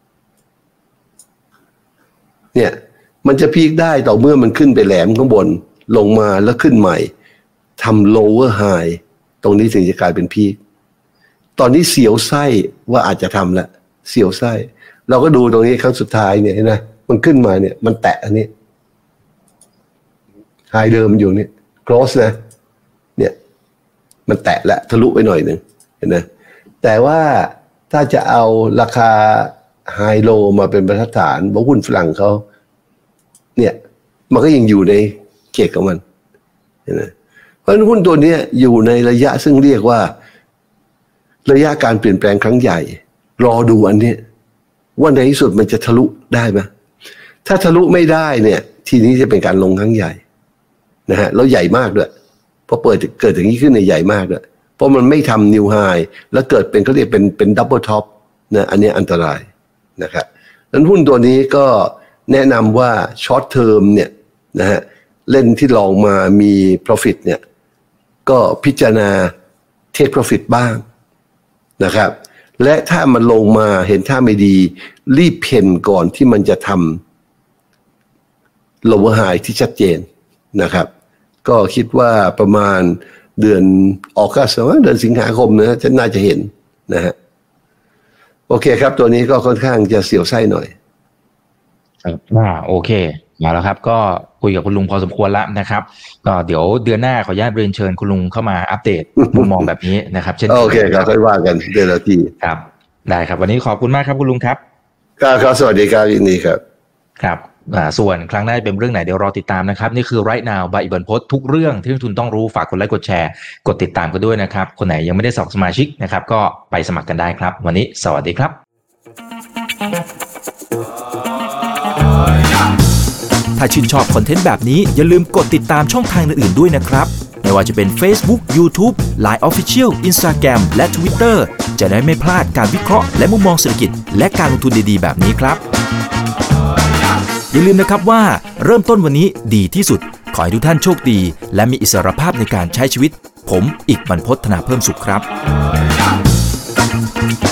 เนี่ยมันจะพีคได้ต่อเมื่อมันขึ้นไปแหลมข้างบนลงมาแล้วขึ้นใหม่ทำ lower high ตรงนี้ถึงจะกลายเป็นพีคตอนนี้เสียวไส้ว่าอาจจะทำละเสียวไส้เราก็ดูตรงนี้ครั้งสุดท้ายเนี่ยนะมันขึ้นมาเนี่ยมันแตะอันนี้ high เดิมอยู่เนี่ย close นะเนี่ยมันแตะละทะลุไปหน่อยหนึ่งเห็นไหมแต่ว่าถ้าจะเอาราคา high low มาเป็นบรรทัดฐานบอกหุ้นฝรั่งเขาเนี่ยมันก็ยังอยู่ในเขตของมันเห็นไหมเพราะฉะนั้นหุ้นตัวนี้อยู่ในระยะซึ่งเรียกว่าระยะการเปลี่ยนแปลงครั้งใหญ่รอดูอันนี้ว่าในที่สุดมันจะทะลุได้ไหมถ้าทะลุไม่ได้เนี่ยทีนี้จะเป็นการลงครั้งใหญ่นะฮะแล้วใหญ่มากด้วยพอเกิดอย่างนี้ขึ้นในใหญ่มากด้วยเพราะมันไม่ทำนิวไฮแล้วเกิดเป็นเขาเรียกเป็นดับเบิลท็อปนะอันนี้อันตรายนะครับดังนั้นหุ้นตัวนี้ก็แนะนำว่าช็อตเทอมเนี่ยนะฮะเล่นที่ลองมามี profit เนี่ยก็พิจารณา take profit บ้างนะครับและถ้ามันลงมาเห็นท่าไม่ดีรีบเพ่นก่อนที่มันจะทำ lower high ที่ชัดเจนนะครับก็คิดว่าประมาณเดือนออกก็สักเดือนสิงหาคมนะจะน่าจะเห็นนะฮะโอเคครับตัวนี้ก็ค่อนข้างจะเสียวไส้หน่อยโอเคมาแล้วครับก็คุยกับคุณลุงพอสมควรแล้วนะครับก็เดี๋ยวเดือนหน้าขออนุญาตเรียนเชิญคุณลุงเข้ามาอัปเดตมุมมองแบบนี้นะครับเช่นโอเคครับค่อยว่ากันเดือนละทีครับได้ครับวันนี้ขอบคุณมากครับคุณลุงครับครับสวัสดีครับยินดีครับครับส่วนครั้งหน้าเป็นเรื่องไหนเดี๋ยวรอติดตามนะครับนี่คือ Right Now บายอิบันพจน์ทุกเรื่องที่นักทุนต้องรู้ฝากกดไลค์กดแชร์กดติดตามกันด้วยนะครับคนไหนยังไม่ได้สมัครสมาชิกนะครับก็ไปสมัครกันได้ครับวันนี้สวัสดีครับถ้าชื่นชอบคอนเทนต์แบบนี้อย่าลืมกดติดตามช่องทางอื่นๆด้วยนะครับไม่ว่าจะเป็น Facebook, YouTube, Line Official, Instagram และ Twitter จะได้ไม่พลาดการวิเคราะห์และมุมมองเศรษฐกิจและการลงทุนดีๆแบบนี้ครับอย่าลืมนะครับว่าเริ่มต้นวันนี้ดีที่สุดขอให้ทุกท่านโชคดีและมีอิสรภาพในการใช้ชีวิตผมอีกบรรพต ธนาเพิ่มสุขครับ